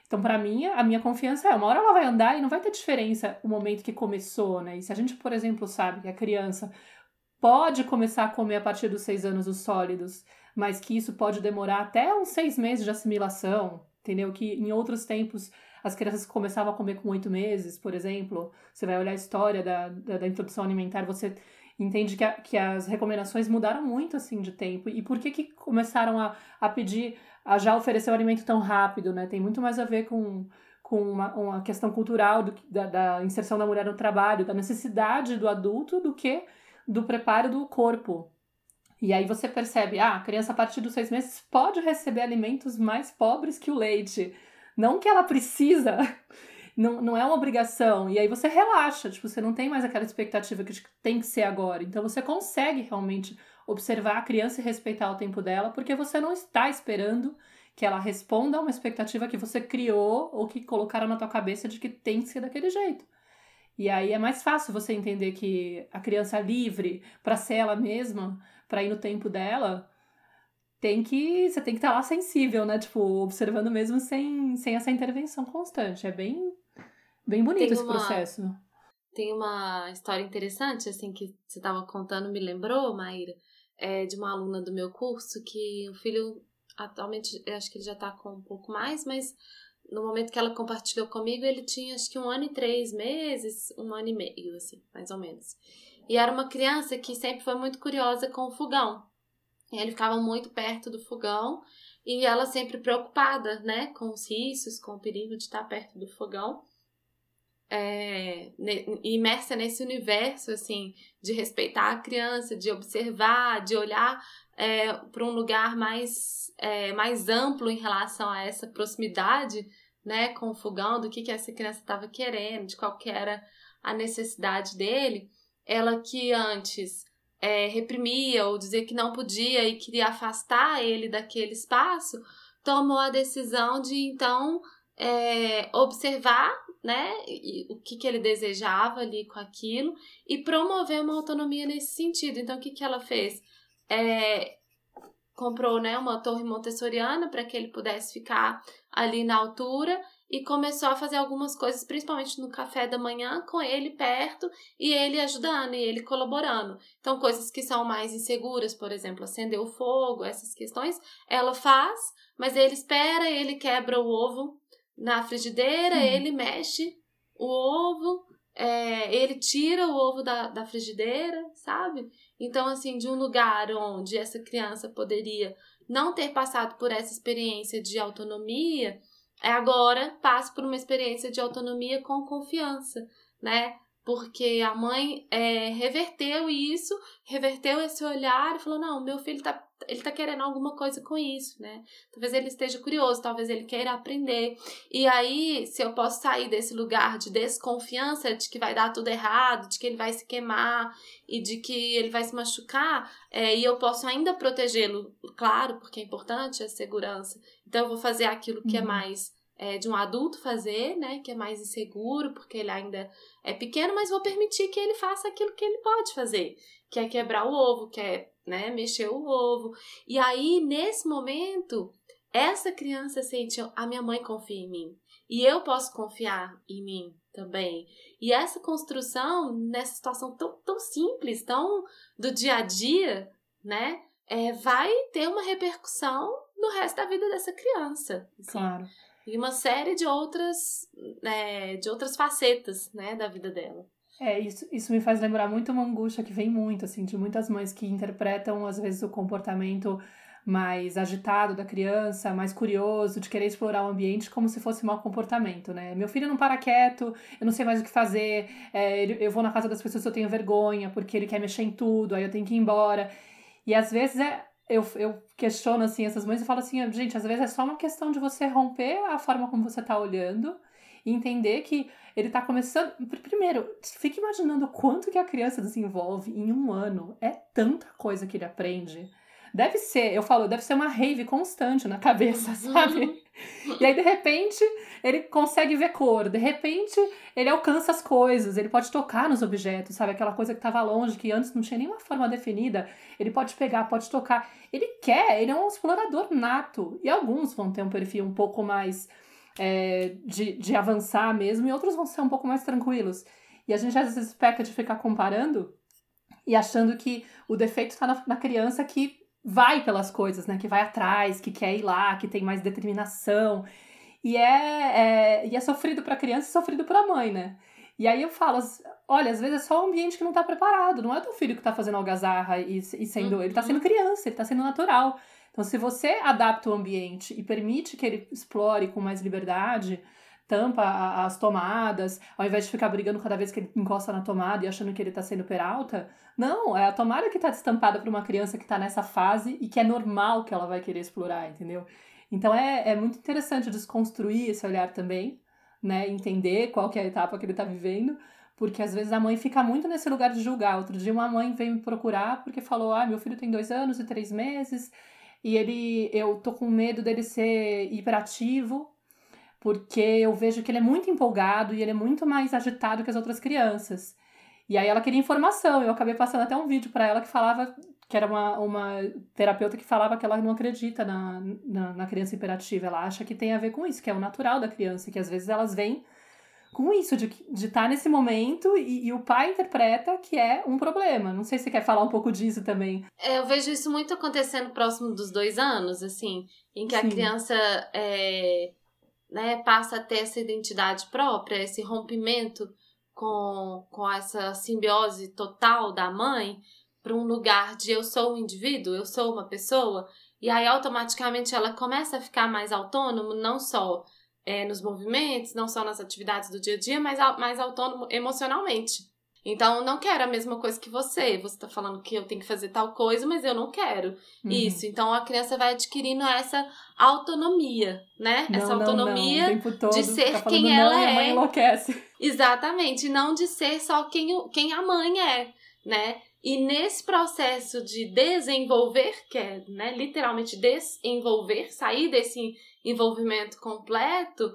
Então, para mim, a minha confiança é, uma hora ela vai andar e não vai ter diferença o momento que começou, né? E se a gente, por exemplo, sabe que a criança pode começar a comer a partir dos seis anos os sólidos, mas que isso pode demorar até uns seis meses de assimilação, entendeu? Que em outros tempos as crianças começavam a comer com oito meses, por exemplo. Você vai olhar a história da, da, da introdução alimentar, você entende que, a, que as recomendações mudaram muito, assim, de tempo. E por que que começaram a, a pedir, a já oferecer o alimento tão rápido, né? Tem muito mais a ver com, com uma, uma questão cultural do, da, da inserção da mulher no trabalho, da necessidade do adulto, do que do preparo do corpo. E aí você percebe, ah, a criança a partir dos seis meses pode receber alimentos mais pobres que o leite. Não que ela precisa, não, não é uma obrigação. E aí você relaxa, tipo, você não tem mais aquela expectativa que tem que ser agora. Então você consegue realmente observar a criança e respeitar o tempo dela, porque você não está esperando que ela responda a uma expectativa que você criou ou que colocaram na tua cabeça de que tem que ser daquele jeito. E aí é mais fácil você entender que a criança livre para ser ela mesma, para ir no tempo dela, tem que, você tem que estar lá sensível, né? Tipo, observando mesmo sem, sem essa intervenção constante. É bem, bem bonito Tem esse uma, processo. Tem uma história interessante, assim, que você estava contando, me lembrou, Maíra, é, de uma aluna do meu curso que o filho, atualmente, eu acho que ele já está com um pouco mais, mas no momento que ela compartilhou comigo, ele tinha acho que um ano e três meses, um ano e meio, assim, mais ou menos. E era uma criança que sempre foi muito curiosa com o fogão. E ele ficava muito perto do fogão e ela sempre preocupada, né, com os riscos, com o perigo de estar perto do fogão. É, imersa nesse universo, assim, de respeitar a criança, de observar, de olhar é, para um lugar mais, é, mais amplo em relação a essa proximidade, né, com o fogão, do que, que essa criança estava querendo, de qual que era a necessidade dele. Ela que antes é, reprimia ou dizia que não podia e queria afastar ele daquele espaço, tomou a decisão de, então, é, observar, né, o que, que ele desejava ali com aquilo e promover uma autonomia nesse sentido. Então, o que, que ela fez? É, comprou, né, uma torre montessoriana para que ele pudesse ficar ali na altura e começou a fazer algumas coisas, principalmente no café da manhã, com ele perto e ele ajudando e ele colaborando. Então, coisas que são mais inseguras, por exemplo, acender o fogo, essas questões, ela faz, mas ele espera, ele quebra o ovo na frigideira, hum. ele mexe o ovo, é, ele tira o ovo da, da frigideira, sabe? Então, assim, de um lugar onde essa criança poderia não ter passado por essa experiência de autonomia, agora passa por uma experiência de autonomia com confiança, né? Porque a mãe é, reverteu isso, reverteu esse olhar e falou, não, meu filho tá, ele tá querendo alguma coisa com isso, né? Talvez ele esteja curioso, talvez ele queira aprender. E aí, se eu posso sair desse lugar de desconfiança, de que vai dar tudo errado, de que ele vai se queimar e de que ele vai se machucar, é, e eu posso ainda protegê-lo, claro, porque é importante a segurança. Então, eu vou fazer aquilo que uhum. é mais... É, de um adulto fazer, né, que é mais inseguro, porque ele ainda é pequeno, mas vou permitir que ele faça aquilo que ele pode fazer, que é quebrar o ovo, que é, né, mexer o ovo. E aí, nesse momento, essa criança sente, a minha mãe confia em mim, e eu posso confiar em mim também. E essa construção, nessa situação tão, tão simples, tão do dia a dia, né, é, vai ter uma repercussão no resto da vida dessa criança. Assim. Claro. E uma série de outras, é, de outras facetas, né, da vida dela. É, isso, isso me faz lembrar muito uma angústia que vem muito, assim, de muitas mães que interpretam, às vezes, o comportamento mais agitado da criança, mais curioso, de querer explorar o ambiente como se fosse mau comportamento, né? Meu filho não para quieto, eu não sei mais o que fazer, é, eu vou na casa das pessoas que eu tenho vergonha, porque ele quer mexer em tudo, aí eu tenho que ir embora. E, às vezes, é... Eu, eu questiono, assim, essas mães e falo assim, gente, às vezes é só uma questão de você romper a forma como você tá olhando e entender que ele tá começando... Primeiro, fica imaginando o quanto que a criança desenvolve em um ano. É tanta coisa que ele aprende. Deve ser, eu falo, deve ser uma rave constante na cabeça, sabe? E aí, de repente, ele consegue ver cor. De repente, ele alcança as coisas. Ele pode tocar nos objetos, sabe? Aquela coisa que estava longe, que antes não tinha nenhuma forma definida. Ele pode pegar, pode tocar. Ele quer, ele é um explorador nato. E alguns vão ter um perfil um pouco mais é, de, de avançar mesmo, e outros vão ser um pouco mais tranquilos. E a gente às vezes peca de ficar comparando e achando que o defeito está na, na criança que vai pelas coisas, né? Que vai atrás, que quer ir lá, que tem mais determinação. E é, é, e é sofrido para a criança e sofrido para a mãe, né? E aí eu falo, olha, às vezes é só o ambiente que não tá preparado. Não é teu filho que tá fazendo algazarra e, e sendo... Uhum. Ele tá sendo criança, ele tá sendo natural. Então, se você adapta o ambiente e permite que ele explore com mais liberdade, tampa a, as tomadas, ao invés de ficar brigando cada vez que ele encosta na tomada e achando que ele tá sendo peralta, não, é a tomada que tá destampada para uma criança que tá nessa fase e que é normal que ela vai querer explorar, entendeu? Então, é, é muito interessante desconstruir esse olhar também, né? Entender qual que é a etapa que ele tá vivendo, porque às vezes a mãe fica muito nesse lugar de julgar. Outro dia uma mãe veio me procurar porque falou, ah, meu filho tem dois anos e três meses e ele, eu tô com medo dele ser hiperativo, porque eu vejo que ele é muito empolgado e ele é muito mais agitado que as outras crianças. E aí ela queria informação, eu acabei passando até um vídeo para ela que falava, que era uma, uma terapeuta que falava que ela não acredita na, na, na criança hiperativa, ela acha que tem a ver com isso, que é o natural da criança, que às vezes elas vêm com isso, de estar nesse momento e, e o pai interpreta que é um problema. Não sei se você quer falar um pouco disso também. É, eu vejo isso muito acontecendo próximo dos dois anos, assim, em que Sim. a criança é, né, passa a ter essa identidade própria, esse rompimento com, com essa simbiose total da mãe para um lugar de eu sou um indivíduo, eu sou uma pessoa, e aí automaticamente ela começa a ficar mais autônomo, não só é, nos movimentos, não só nas atividades do dia a dia, mas mais autônomo emocionalmente. Então, eu não quero a mesma coisa que você. Você tá falando que eu tenho que fazer tal coisa, mas eu não quero uhum. isso. Então, a criança vai adquirindo essa autonomia, né? Não, essa não, autonomia não. O tempo todo de ser tá quem não, ela e a mãe é. Enlouquece. Exatamente. Não de ser só quem, o, quem a mãe é, né? E nesse processo de desenvolver, que é né, literalmente desenvolver, sair desse envolvimento completo,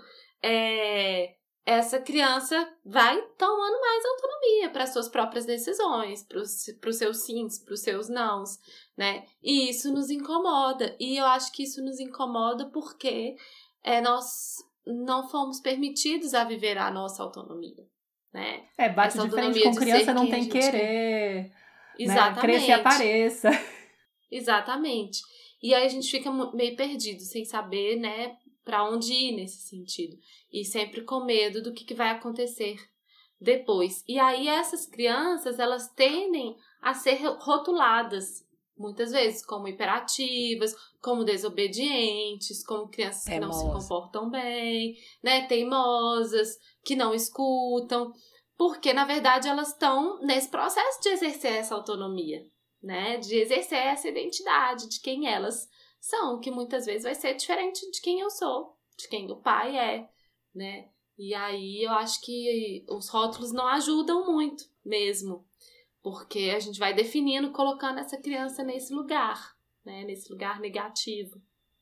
é... essa criança vai tomando mais autonomia para suas próprias decisões, para os seus sims, para os seus nãos, né? E isso nos incomoda. E eu acho que isso nos incomoda porque é, nós não fomos permitidos a viver a nossa autonomia, né? É, bate essa diferente com criança, não tem querer, quer. Exatamente. Né? Crescer apareça. Exatamente. E aí a gente fica meio perdido, sem saber, né, para onde ir nesse sentido. E sempre com medo do que, que vai acontecer depois. E aí essas crianças, elas tendem a ser rotuladas, muitas vezes, como hiperativas, como desobedientes, como crianças que Teimosa. não se comportam bem, né, teimosas, que não escutam, porque, na verdade, elas estão nesse processo de exercer essa autonomia, né, de exercer essa identidade de quem elas são, que muitas vezes vai ser diferente de quem eu sou, de quem o pai é, né? E aí eu acho que os rótulos não ajudam muito mesmo, porque a gente vai definindo, colocando essa criança nesse lugar, né? Nesse lugar negativo.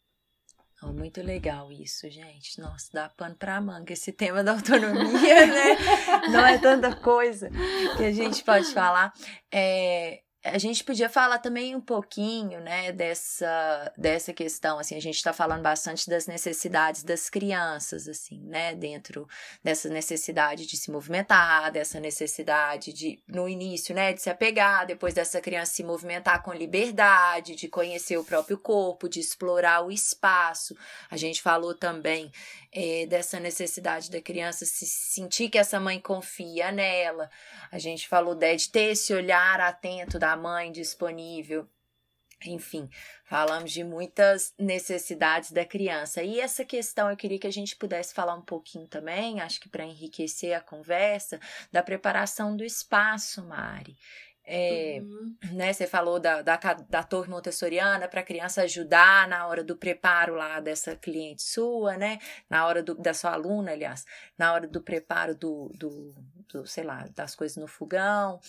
Oh, muito legal isso, gente. Nossa, dá pano pra manga esse tema da autonomia, né? Não é tanta coisa que a gente pode falar. É... A gente podia falar também um pouquinho, né, dessa, dessa questão, assim, a gente está falando bastante das necessidades das crianças, assim, né, dentro dessa necessidade de se movimentar, dessa necessidade de, no início, né, de se apegar, depois dessa criança se movimentar com liberdade, de conhecer o próprio corpo, de explorar o espaço. A gente falou também é, dessa necessidade da criança se sentir que essa mãe confia nela. A gente falou né, de ter esse olhar atento da mãe disponível. Enfim, falamos de muitas necessidades da criança. E essa questão eu queria que a gente pudesse falar um pouquinho também, acho que para enriquecer a conversa, da preparação do espaço, Mari. É, uhum. né, você falou da, da, da torre montessoriana para a criança ajudar na hora do preparo lá dessa cliente sua, né, na hora do, da sua aluna, aliás, na hora do preparo do, do, do, sei lá, das coisas no fogão.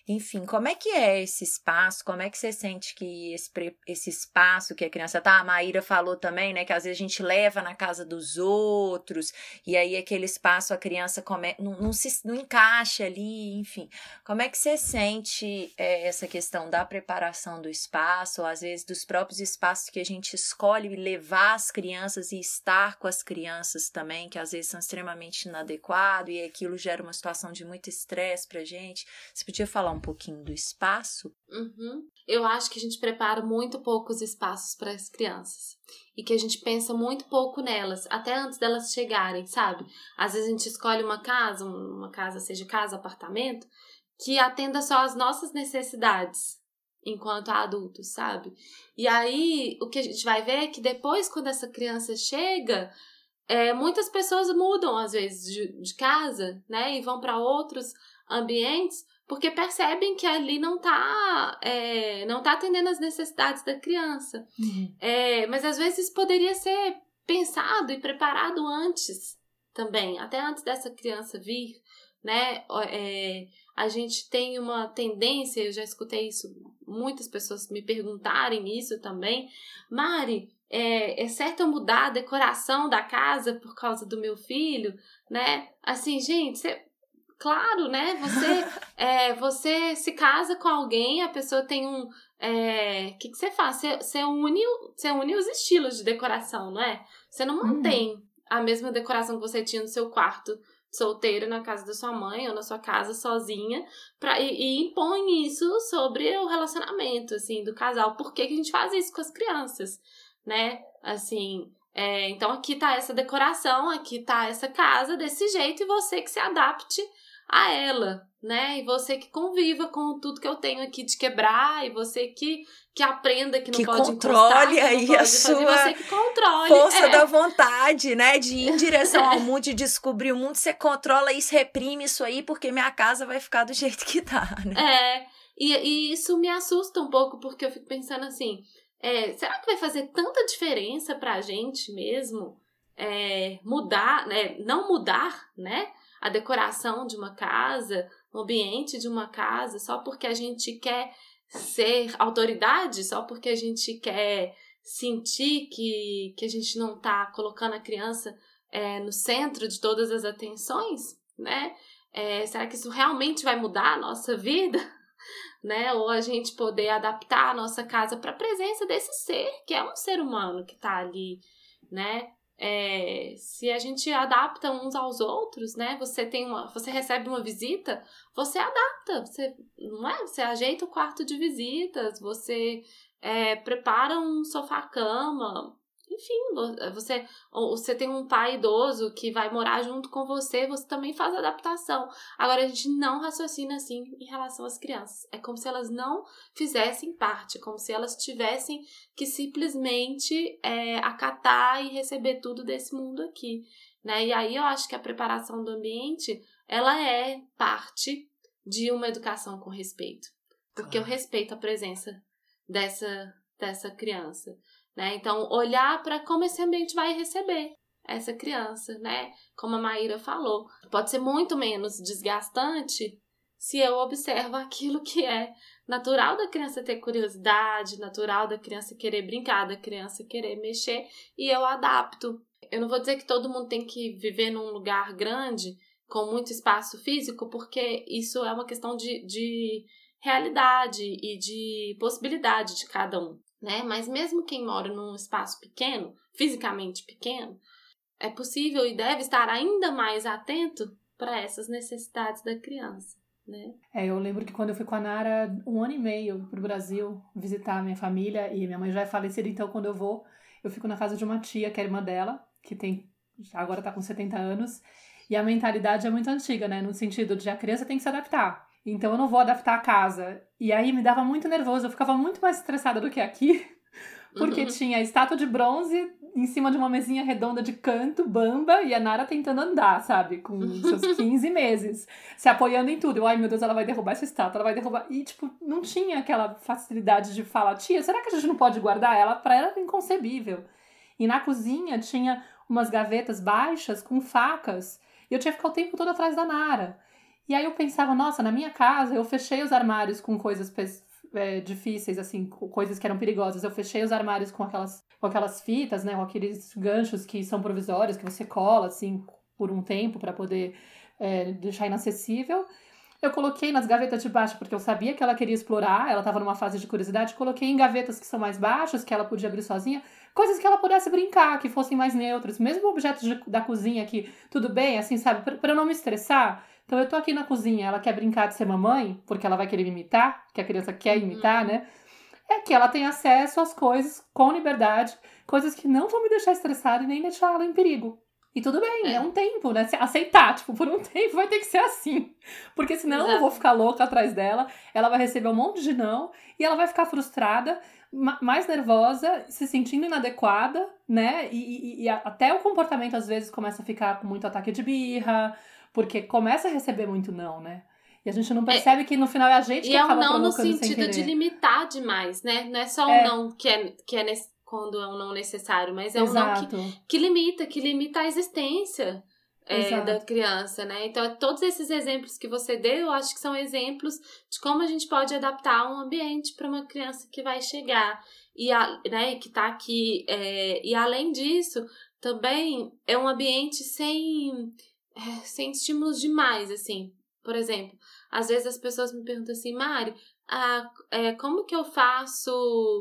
Enfim, como é que é esse espaço? Como é que você sente que esse, esse espaço que a criança tá? A Maíra falou também, né, que às vezes a gente leva na casa dos outros, e aí aquele espaço a criança come, não, não, se, não encaixa ali, enfim. Como é que você sente é, essa questão da preparação do espaço, ou às vezes dos próprios espaços que a gente escolhe levar as crianças e estar com as crianças também, que às vezes são extremamente inadequados, e aquilo gera uma situação de muito estresse pra gente? Você podia falar um um pouquinho do espaço? Uhum. Eu acho que a gente prepara muito poucos espaços para as crianças e que a gente pensa muito pouco nelas, até antes delas chegarem, sabe? Às vezes a gente escolhe uma casa, uma casa, seja casa, apartamento, que atenda só às nossas necessidades enquanto adultos, sabe? E aí, o que a gente vai ver é que depois, quando essa criança chega, é, muitas pessoas mudam, às vezes, de, de casa, né? E vão para outros ambientes, porque percebem que ali não tá, é, não tá atendendo as necessidades da criança. Uhum. É, mas às vezes poderia ser pensado e preparado antes também, até antes dessa criança vir, né? É, a gente tem uma tendência, eu já escutei isso, muitas pessoas me perguntarem isso também. Mari, é, é certo eu mudar a decoração da casa por causa do meu filho, né? Assim, gente, você... Claro, né? Você, é, você se casa com alguém, a pessoa tem um... O é, que, que você faz? Você, você, une, você une os estilos de decoração, não é? Você não mantém uhum. a mesma decoração que você tinha no seu quarto solteiro na casa da sua mãe ou na sua casa sozinha pra, e, e impõe isso sobre o relacionamento, assim, do casal. Por que, que a gente faz isso com as crianças, né? Assim... É, então aqui tá essa decoração, aqui tá essa casa desse jeito e você que se adapte a ela, né? E você que conviva com tudo que eu tenho aqui de quebrar, e você que, que aprenda que não que pode controle encostar, aí que não a pode sua fazer, você que controle. força é. da vontade, né? De ir em direção ao mundo, de descobrir o mundo, você controla isso, reprime isso aí, porque minha casa vai ficar do jeito que tá, né? É, e, e isso me assusta um pouco, porque eu fico pensando assim, é, será que vai fazer tanta diferença pra gente mesmo é, mudar, né? Não mudar, né? A decoração de uma casa, o ambiente de uma casa, só porque a gente quer ser autoridade, só porque a gente quer sentir que, que a gente não tá colocando a criança é, no centro de todas as atenções, né? É, será que isso realmente vai mudar a nossa vida? Né? Ou a gente poder adaptar a nossa casa para a presença desse ser, que é um ser humano que está ali, né? É, se a gente adapta uns aos outros, né? Você tem uma, você recebe uma visita, você adapta, você, não é? Você ajeita o quarto de visitas, você é, prepara um sofá-cama, enfim, você, você tem um pai idoso que vai morar junto com você, você também faz adaptação. Agora, a gente não raciocina assim em relação às crianças. É como se elas não fizessem parte, como se elas tivessem que simplesmente é, acatar e receber tudo desse mundo aqui, né? E aí eu acho que a preparação do ambiente, ela é parte de uma educação com respeito. Porque eu respeito a presença dessa, dessa criança. Né? Então, olhar para como esse ambiente vai receber essa criança, né? Como a Maíra falou. Pode ser muito menos desgastante se eu observo aquilo que é natural da criança ter curiosidade, natural da criança querer brincar, da criança querer mexer, e eu adapto. Eu não vou dizer que todo mundo tem que viver num lugar grande, com muito espaço físico, porque isso é uma questão de, de realidade e de possibilidade de cada um. Né? Mas mesmo quem mora num espaço pequeno, fisicamente pequeno, é possível e deve estar ainda mais atento para essas necessidades da criança, né? É, eu lembro que quando eu fui com a Nara um ano e meio pro Brasil visitar a minha família, e minha mãe já é falecida, então quando eu vou, eu fico na casa de uma tia, que é irmã dela, que tem, agora tá com setenta anos, e a mentalidade é muito antiga, né? No sentido de a criança tem que se adaptar. Então eu não vou adaptar a casa. E aí me dava muito nervoso, eu ficava muito mais estressada do que aqui, porque uhum. tinha estátua de bronze em cima de uma mesinha redonda de canto, bamba, e a Nara tentando andar, sabe? Com seus quinze meses, se apoiando em tudo. Eu, ai meu Deus, ela vai derrubar essa estátua, ela vai derrubar... E, tipo, não tinha aquela facilidade de falar, tia, será que a gente não pode guardar ela? Pra ela era inconcebível. E na cozinha tinha umas gavetas baixas com facas, e eu tinha que ficar o tempo todo atrás da Nara. E aí eu pensava, nossa, na minha casa eu fechei os armários com coisas é, difíceis, assim, coisas que eram perigosas. Eu fechei os armários com aquelas, com aquelas fitas, né, com aqueles ganchos que são provisórios, que você cola, assim, por um tempo para poder é, deixar inacessível. Eu coloquei nas gavetas de baixo, porque eu sabia que ela queria explorar, ela estava numa fase de curiosidade, coloquei em gavetas que são mais baixas, que ela podia abrir sozinha, coisas que ela pudesse brincar, que fossem mais neutras, mesmo objetos de, da cozinha que, tudo bem, assim, sabe, para eu não me estressar. Então eu tô aqui na cozinha, ela quer brincar de ser mamãe, porque ela vai querer me imitar, que a criança quer imitar, uhum. né? É que ela tem acesso às coisas com liberdade, coisas que não vão me deixar estressada e nem deixar ela em perigo. E tudo bem, é. é um tempo, né? Aceitar, tipo, por um tempo vai ter que ser assim. Porque senão Exato. Eu vou ficar louca atrás dela, ela vai receber um monte de não, e ela vai ficar frustrada, mais nervosa, se sentindo inadequada, né? E, e, e até o comportamento, às vezes, começa a ficar com muito ataque de birra, porque começa a receber muito não, né? E a gente não percebe é, que no final é a gente que acaba provocando sem querer. E é um não no sentido de limitar demais, né? Não é só um é. não que é, que é nesse... quando é um não necessário, mas é Exato. um não que, que limita, que limita a existência é, da criança, né? Então, todos esses exemplos que você deu, eu acho que são exemplos de como a gente pode adaptar um ambiente para uma criança que vai chegar e a, né, que tá aqui. É, e além disso, também é um ambiente sem, é, sem estímulos demais, assim. Por exemplo, às vezes as pessoas me perguntam assim, Mari, ah, é, como que eu faço...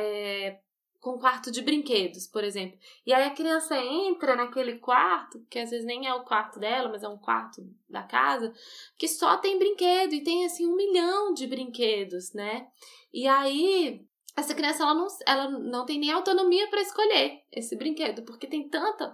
É, com quarto de brinquedos, por exemplo. E aí a criança entra naquele quarto, que às vezes nem é o quarto dela, mas é um quarto da casa, que só tem brinquedo, e tem assim um milhão de brinquedos, né? E aí essa criança ela não, ela não tem nem autonomia para escolher esse brinquedo, porque tem tanta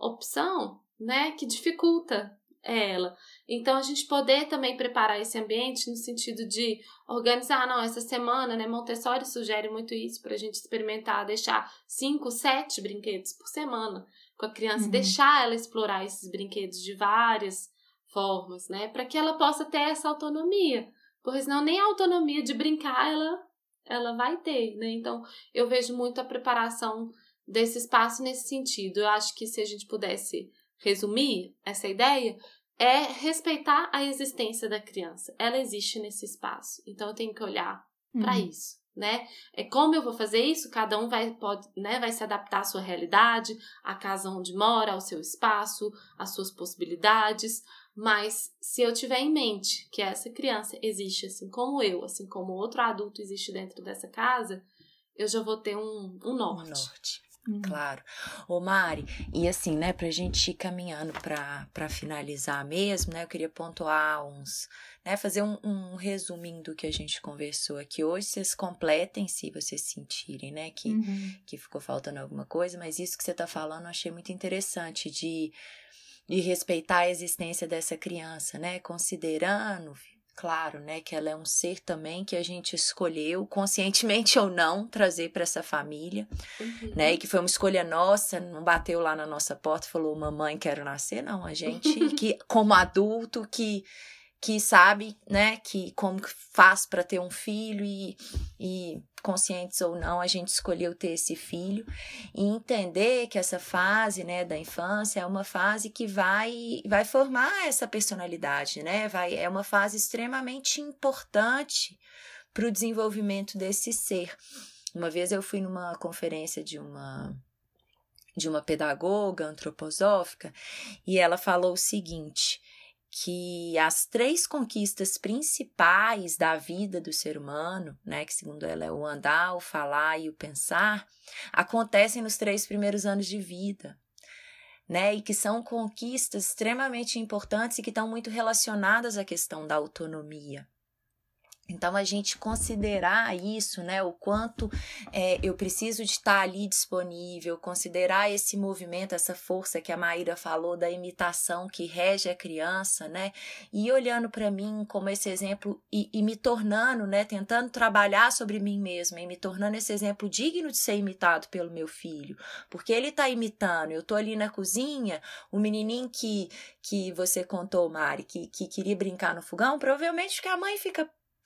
opção, né, que dificulta ela. Então, a gente poder também preparar esse ambiente no sentido de organizar, não, essa semana, né, Montessori sugere muito isso pra gente experimentar, deixar cinco, sete brinquedos por semana com a criança, uhum. deixar ela explorar esses brinquedos de várias formas, né, para que ela possa ter essa autonomia, porque senão nem a autonomia de brincar ela, ela vai ter, né, então eu vejo muito a preparação desse espaço nesse sentido. Eu acho que se a gente pudesse resumir essa ideia, é respeitar a existência da criança. Ela existe nesse espaço. Então, eu tenho que olhar uhum. para isso, né? É como eu vou fazer isso? Cada um vai, pode, né, vai se adaptar à sua realidade, à casa onde mora, ao seu espaço, às suas possibilidades. Mas, se eu tiver em mente que essa criança existe assim como eu, assim como outro adulto existe dentro dessa casa, eu já vou ter um, um norte. Um norte. Claro. Ô Mari, e assim, né, pra gente ir caminhando pra, pra finalizar mesmo, né, eu queria pontuar uns, né, fazer um, um resuminho do que a gente conversou aqui hoje, vocês completem se vocês sentirem, né, que, uhum. que ficou faltando alguma coisa, mas isso que você tá falando eu achei muito interessante, de, de respeitar a existência dessa criança, né, considerando... Claro, né, que ela é um ser também que a gente escolheu, conscientemente ou não, trazer para essa família, uhum. né, e que foi uma escolha nossa, não bateu lá na nossa porta e falou, mamãe, quero nascer, não, a gente, que como adulto, que, que sabe, né, que como faz para ter um filho e, e conscientes ou não, a gente escolheu ter esse filho e entender que essa fase, né, da infância é uma fase que vai, vai formar essa personalidade, né, vai, é uma fase extremamente importante para o desenvolvimento desse ser. Uma vez eu fui numa conferência de uma, de uma pedagoga antroposófica e ela falou o seguinte, que as três conquistas principais da vida do ser humano, né, que segundo ela é o andar, o falar e o pensar, acontecem nos três primeiros anos de vida, né, e que são conquistas extremamente importantes e que estão muito relacionadas à questão da autonomia. Então, a gente considerar isso, né, o quanto é, eu preciso de estar ali disponível, considerar esse movimento, essa força que a Maíra falou da imitação que rege a criança, né, e olhando para mim como esse exemplo e, e me tornando, né, tentando trabalhar sobre mim mesma e me tornando esse exemplo digno de ser imitado pelo meu filho, porque ele está imitando, eu estou ali na cozinha, o menininho que, que você contou, Mari, que, que queria brincar no fogão, provavelmente que a mãe fica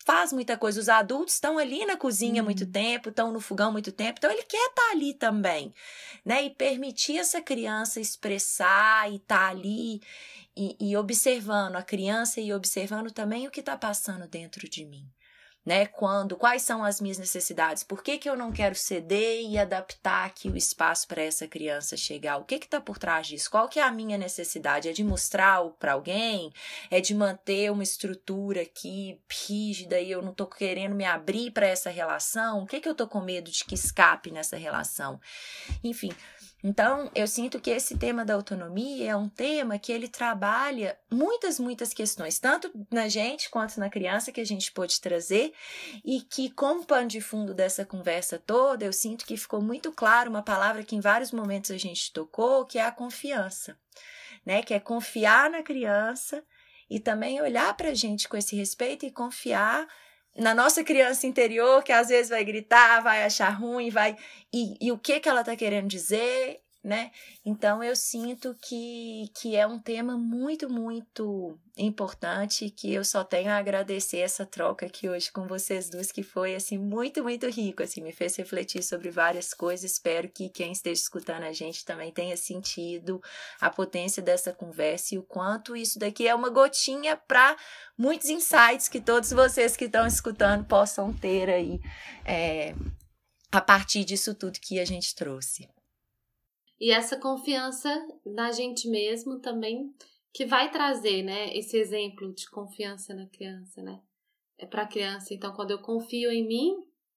faz muita coisa. Os adultos estão ali na cozinha há muito tempo, estão no fogão há muito tempo, então ele quer estar ali também, né? E permitir essa criança expressar e estar ali e, e observando a criança e observando também o que está passando dentro de mim. Né? Quando, quais são as minhas necessidades? Por que que eu não quero ceder e adaptar aqui o espaço para essa criança chegar? O que que está por trás disso? Qual que é a minha necessidade? É de mostrar para alguém? É de manter uma estrutura aqui rígida e eu não estou querendo me abrir para essa relação? O que que eu estou com medo de que escape nessa relação? Enfim, então eu sinto que esse tema da autonomia é um tema que ele trabalha muitas, muitas questões, tanto na gente quanto na criança, que a gente pôde trazer, e que como pano de fundo dessa conversa toda, eu sinto que ficou muito claro uma palavra que em vários momentos a gente tocou, que é a confiança, né? Que é confiar na criança e também olhar para a gente com esse respeito e confiar na nossa criança interior, que às vezes vai gritar, vai achar ruim, vai e, e o que que ela está querendo dizer, né? Então eu sinto que, que é um tema muito, muito importante, que eu só tenho a agradecer essa troca aqui hoje com vocês duas, que foi assim muito, muito rico, assim, me fez refletir sobre várias coisas. Espero que quem esteja escutando a gente também tenha sentido a potência dessa conversa e o quanto isso daqui é uma gotinha para muitos insights que todos vocês que estão escutando possam ter aí é, a partir disso tudo que a gente trouxe. E essa confiança na gente mesmo também, que vai trazer, né, esse exemplo de confiança na criança, né? É para a criança. Então, quando eu confio em mim,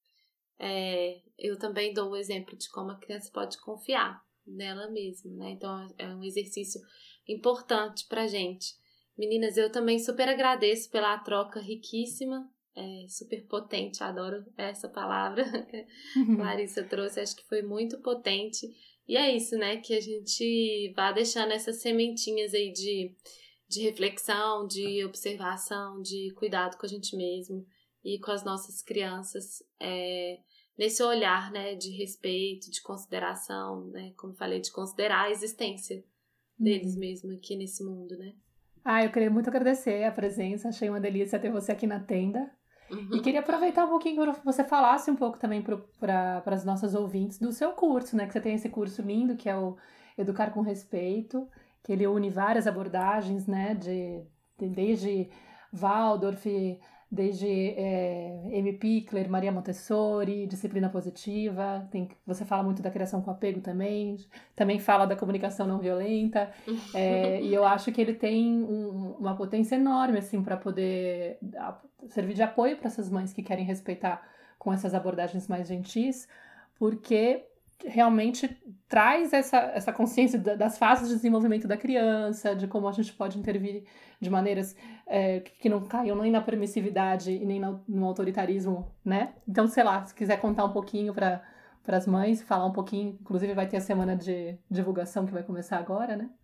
é, eu também dou o exemplo de como a criança pode confiar nela mesma, né? Então, é um exercício importante pra gente. Meninas, eu também super agradeço pela troca riquíssima, é, super potente, adoro essa palavra que a Larissa trouxe, acho que foi muito potente. E é isso, né, que a gente vá deixando essas sementinhas aí de, de reflexão, de observação, de cuidado com a gente mesmo e com as nossas crianças, é, nesse olhar, né, de respeito, de consideração, né, como falei, de considerar a existência deles uhum. mesmo aqui nesse mundo, né. Ah, eu queria muito agradecer a presença, achei uma delícia ter você aqui na tenda. Uhum. E queria aproveitar um pouquinho para você falasse um pouco também para as nossas ouvintes do seu curso, né? Que você tem esse curso lindo, que é o Educar com Respeito, que ele une várias abordagens, né? De, de, desde Waldorf, desde é, M. Pickler, Maria Montessori, disciplina positiva, tem, você fala muito da criação com apego também, também fala da comunicação não violenta, é, e eu acho que ele tem um, uma potência enorme, assim, para poder servir de apoio para essas mães que querem respeitar com essas abordagens mais gentis, porque realmente traz essa, essa consciência das fases de desenvolvimento da criança, de como a gente pode intervir de maneiras é, que não caiam nem na permissividade e nem no, no autoritarismo, né? Então, sei lá, se quiser contar um pouquinho para as mães, falar um pouquinho, inclusive vai ter a semana de divulgação que vai começar agora, né?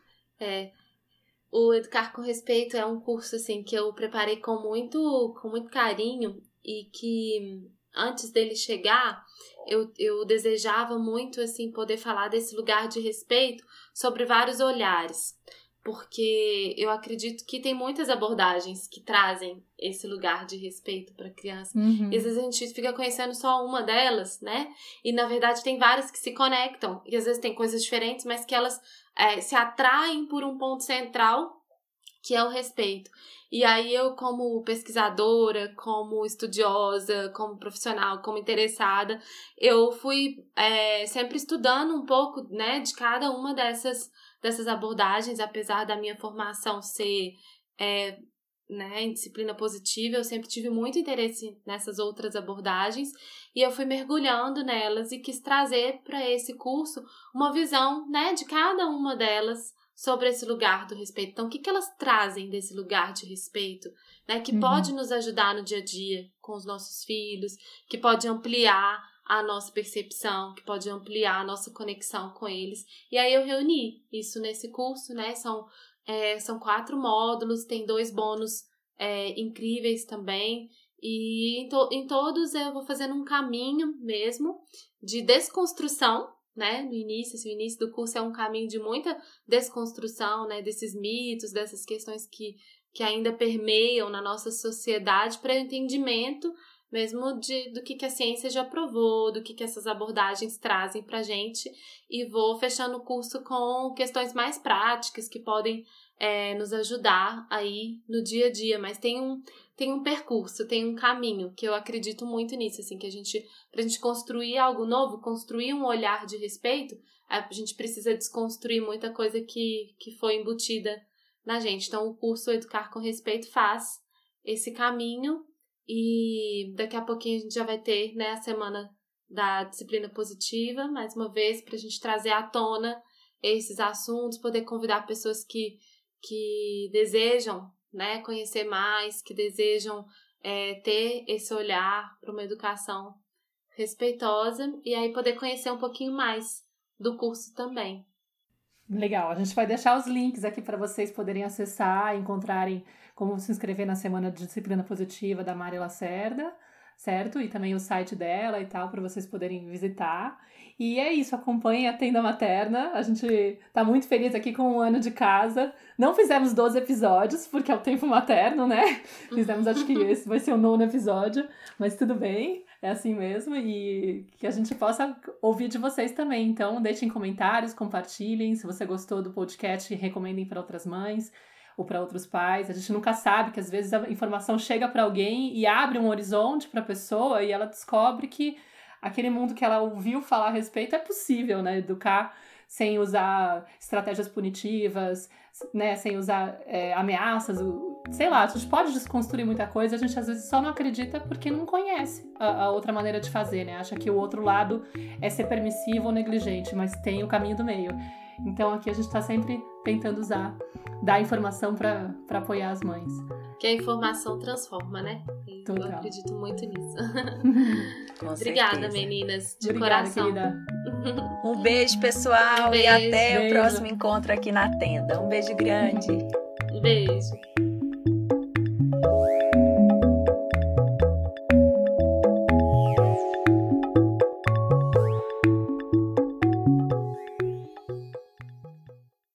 É, o Educar com Respeito é um curso, assim, que eu preparei com muito, com muito carinho e que antes dele chegar, eu, eu desejava muito, assim, poder falar desse lugar de respeito sobre vários olhares, porque eu acredito que tem muitas abordagens que trazem esse lugar de respeito para a criança. Uhum. E às vezes a gente fica conhecendo só uma delas, né? E na verdade tem várias que se conectam, e às vezes tem coisas diferentes, mas que elas é, se atraem por um ponto central, que é o respeito. E aí eu, como pesquisadora, como estudiosa, como profissional, como interessada, eu fui é, sempre estudando um pouco, né, de cada uma dessas, dessas abordagens, apesar da minha formação ser é, né, em disciplina positiva, eu sempre tive muito interesse nessas outras abordagens e eu fui mergulhando nelas e quis trazer para esse curso uma visão, né, de cada uma delas, sobre esse lugar do respeito. Então, o que, que elas trazem desse lugar de respeito, né? Que uhum. pode nos ajudar no dia a dia com os nossos filhos, que pode ampliar a nossa percepção, que pode ampliar a nossa conexão com eles. E aí eu reuni isso nesse curso, né? São, é, são quatro módulos, tem dois bônus é, incríveis também. E em, to- em todos eu vou fazendo um caminho mesmo de desconstrução, né, no início, assim, o início do curso é um caminho de muita desconstrução, né, desses mitos, dessas questões que que ainda permeiam na nossa sociedade para o entendimento mesmo de, do que, que a ciência já provou, do que, que essas abordagens trazem para a gente. E vou fechando o curso com questões mais práticas que podem é, nos ajudar aí no dia a dia. Mas tem um, tem um percurso, tem um caminho, que eu acredito muito nisso, assim, que a gente, pra gente construir algo novo, construir um olhar de respeito, a gente precisa desconstruir muita coisa que, que foi embutida na gente. Então, o curso Educar com Respeito faz esse caminho. E daqui a pouquinho a gente já vai ter, né, a semana da disciplina positiva, mais uma vez, para a gente trazer à tona esses assuntos, poder convidar pessoas que, que desejam, né, conhecer mais, que desejam é, ter esse olhar para uma educação respeitosa, e aí poder conhecer um pouquinho mais do curso também. Legal, a gente vai deixar os links aqui para vocês poderem acessar, encontrarem como se inscrever na Semana de Disciplina Positiva da Mari Lacerda, certo? E também o site dela e tal, para vocês poderem visitar. E é isso, acompanhem a Tenda Materna. A gente tá muito feliz aqui com um ano de casa. Não fizemos doze episódios, porque é o tempo materno, né? Fizemos, acho que esse vai ser o nono episódio, mas tudo bem, é assim mesmo. E que a gente possa ouvir de vocês também. Então, deixem comentários, compartilhem. Se você gostou do podcast, recomendem para outras mães ou para outros pais. A gente nunca sabe que às vezes a informação chega para alguém e abre um horizonte para a pessoa e ela descobre que aquele mundo que ela ouviu falar a respeito é possível, né? Educar sem usar estratégias punitivas, né? Sem usar é, ameaças, sei lá, a gente pode desconstruir muita coisa, a gente às vezes só não acredita porque não conhece a, a outra maneira de fazer, né? Acha que o outro lado é ser permissivo ou negligente, mas tem o caminho do meio. Então aqui a gente está sempre tentando usar, dar informação para apoiar as mães. Que a informação transforma, né? Total. Eu acredito muito nisso. Com Obrigada, certeza. meninas, de Obrigada, coração. Querida. Um beijo, pessoal, Um beijo, e até beijo. o próximo encontro aqui na tenda. Um beijo grande. Beijo.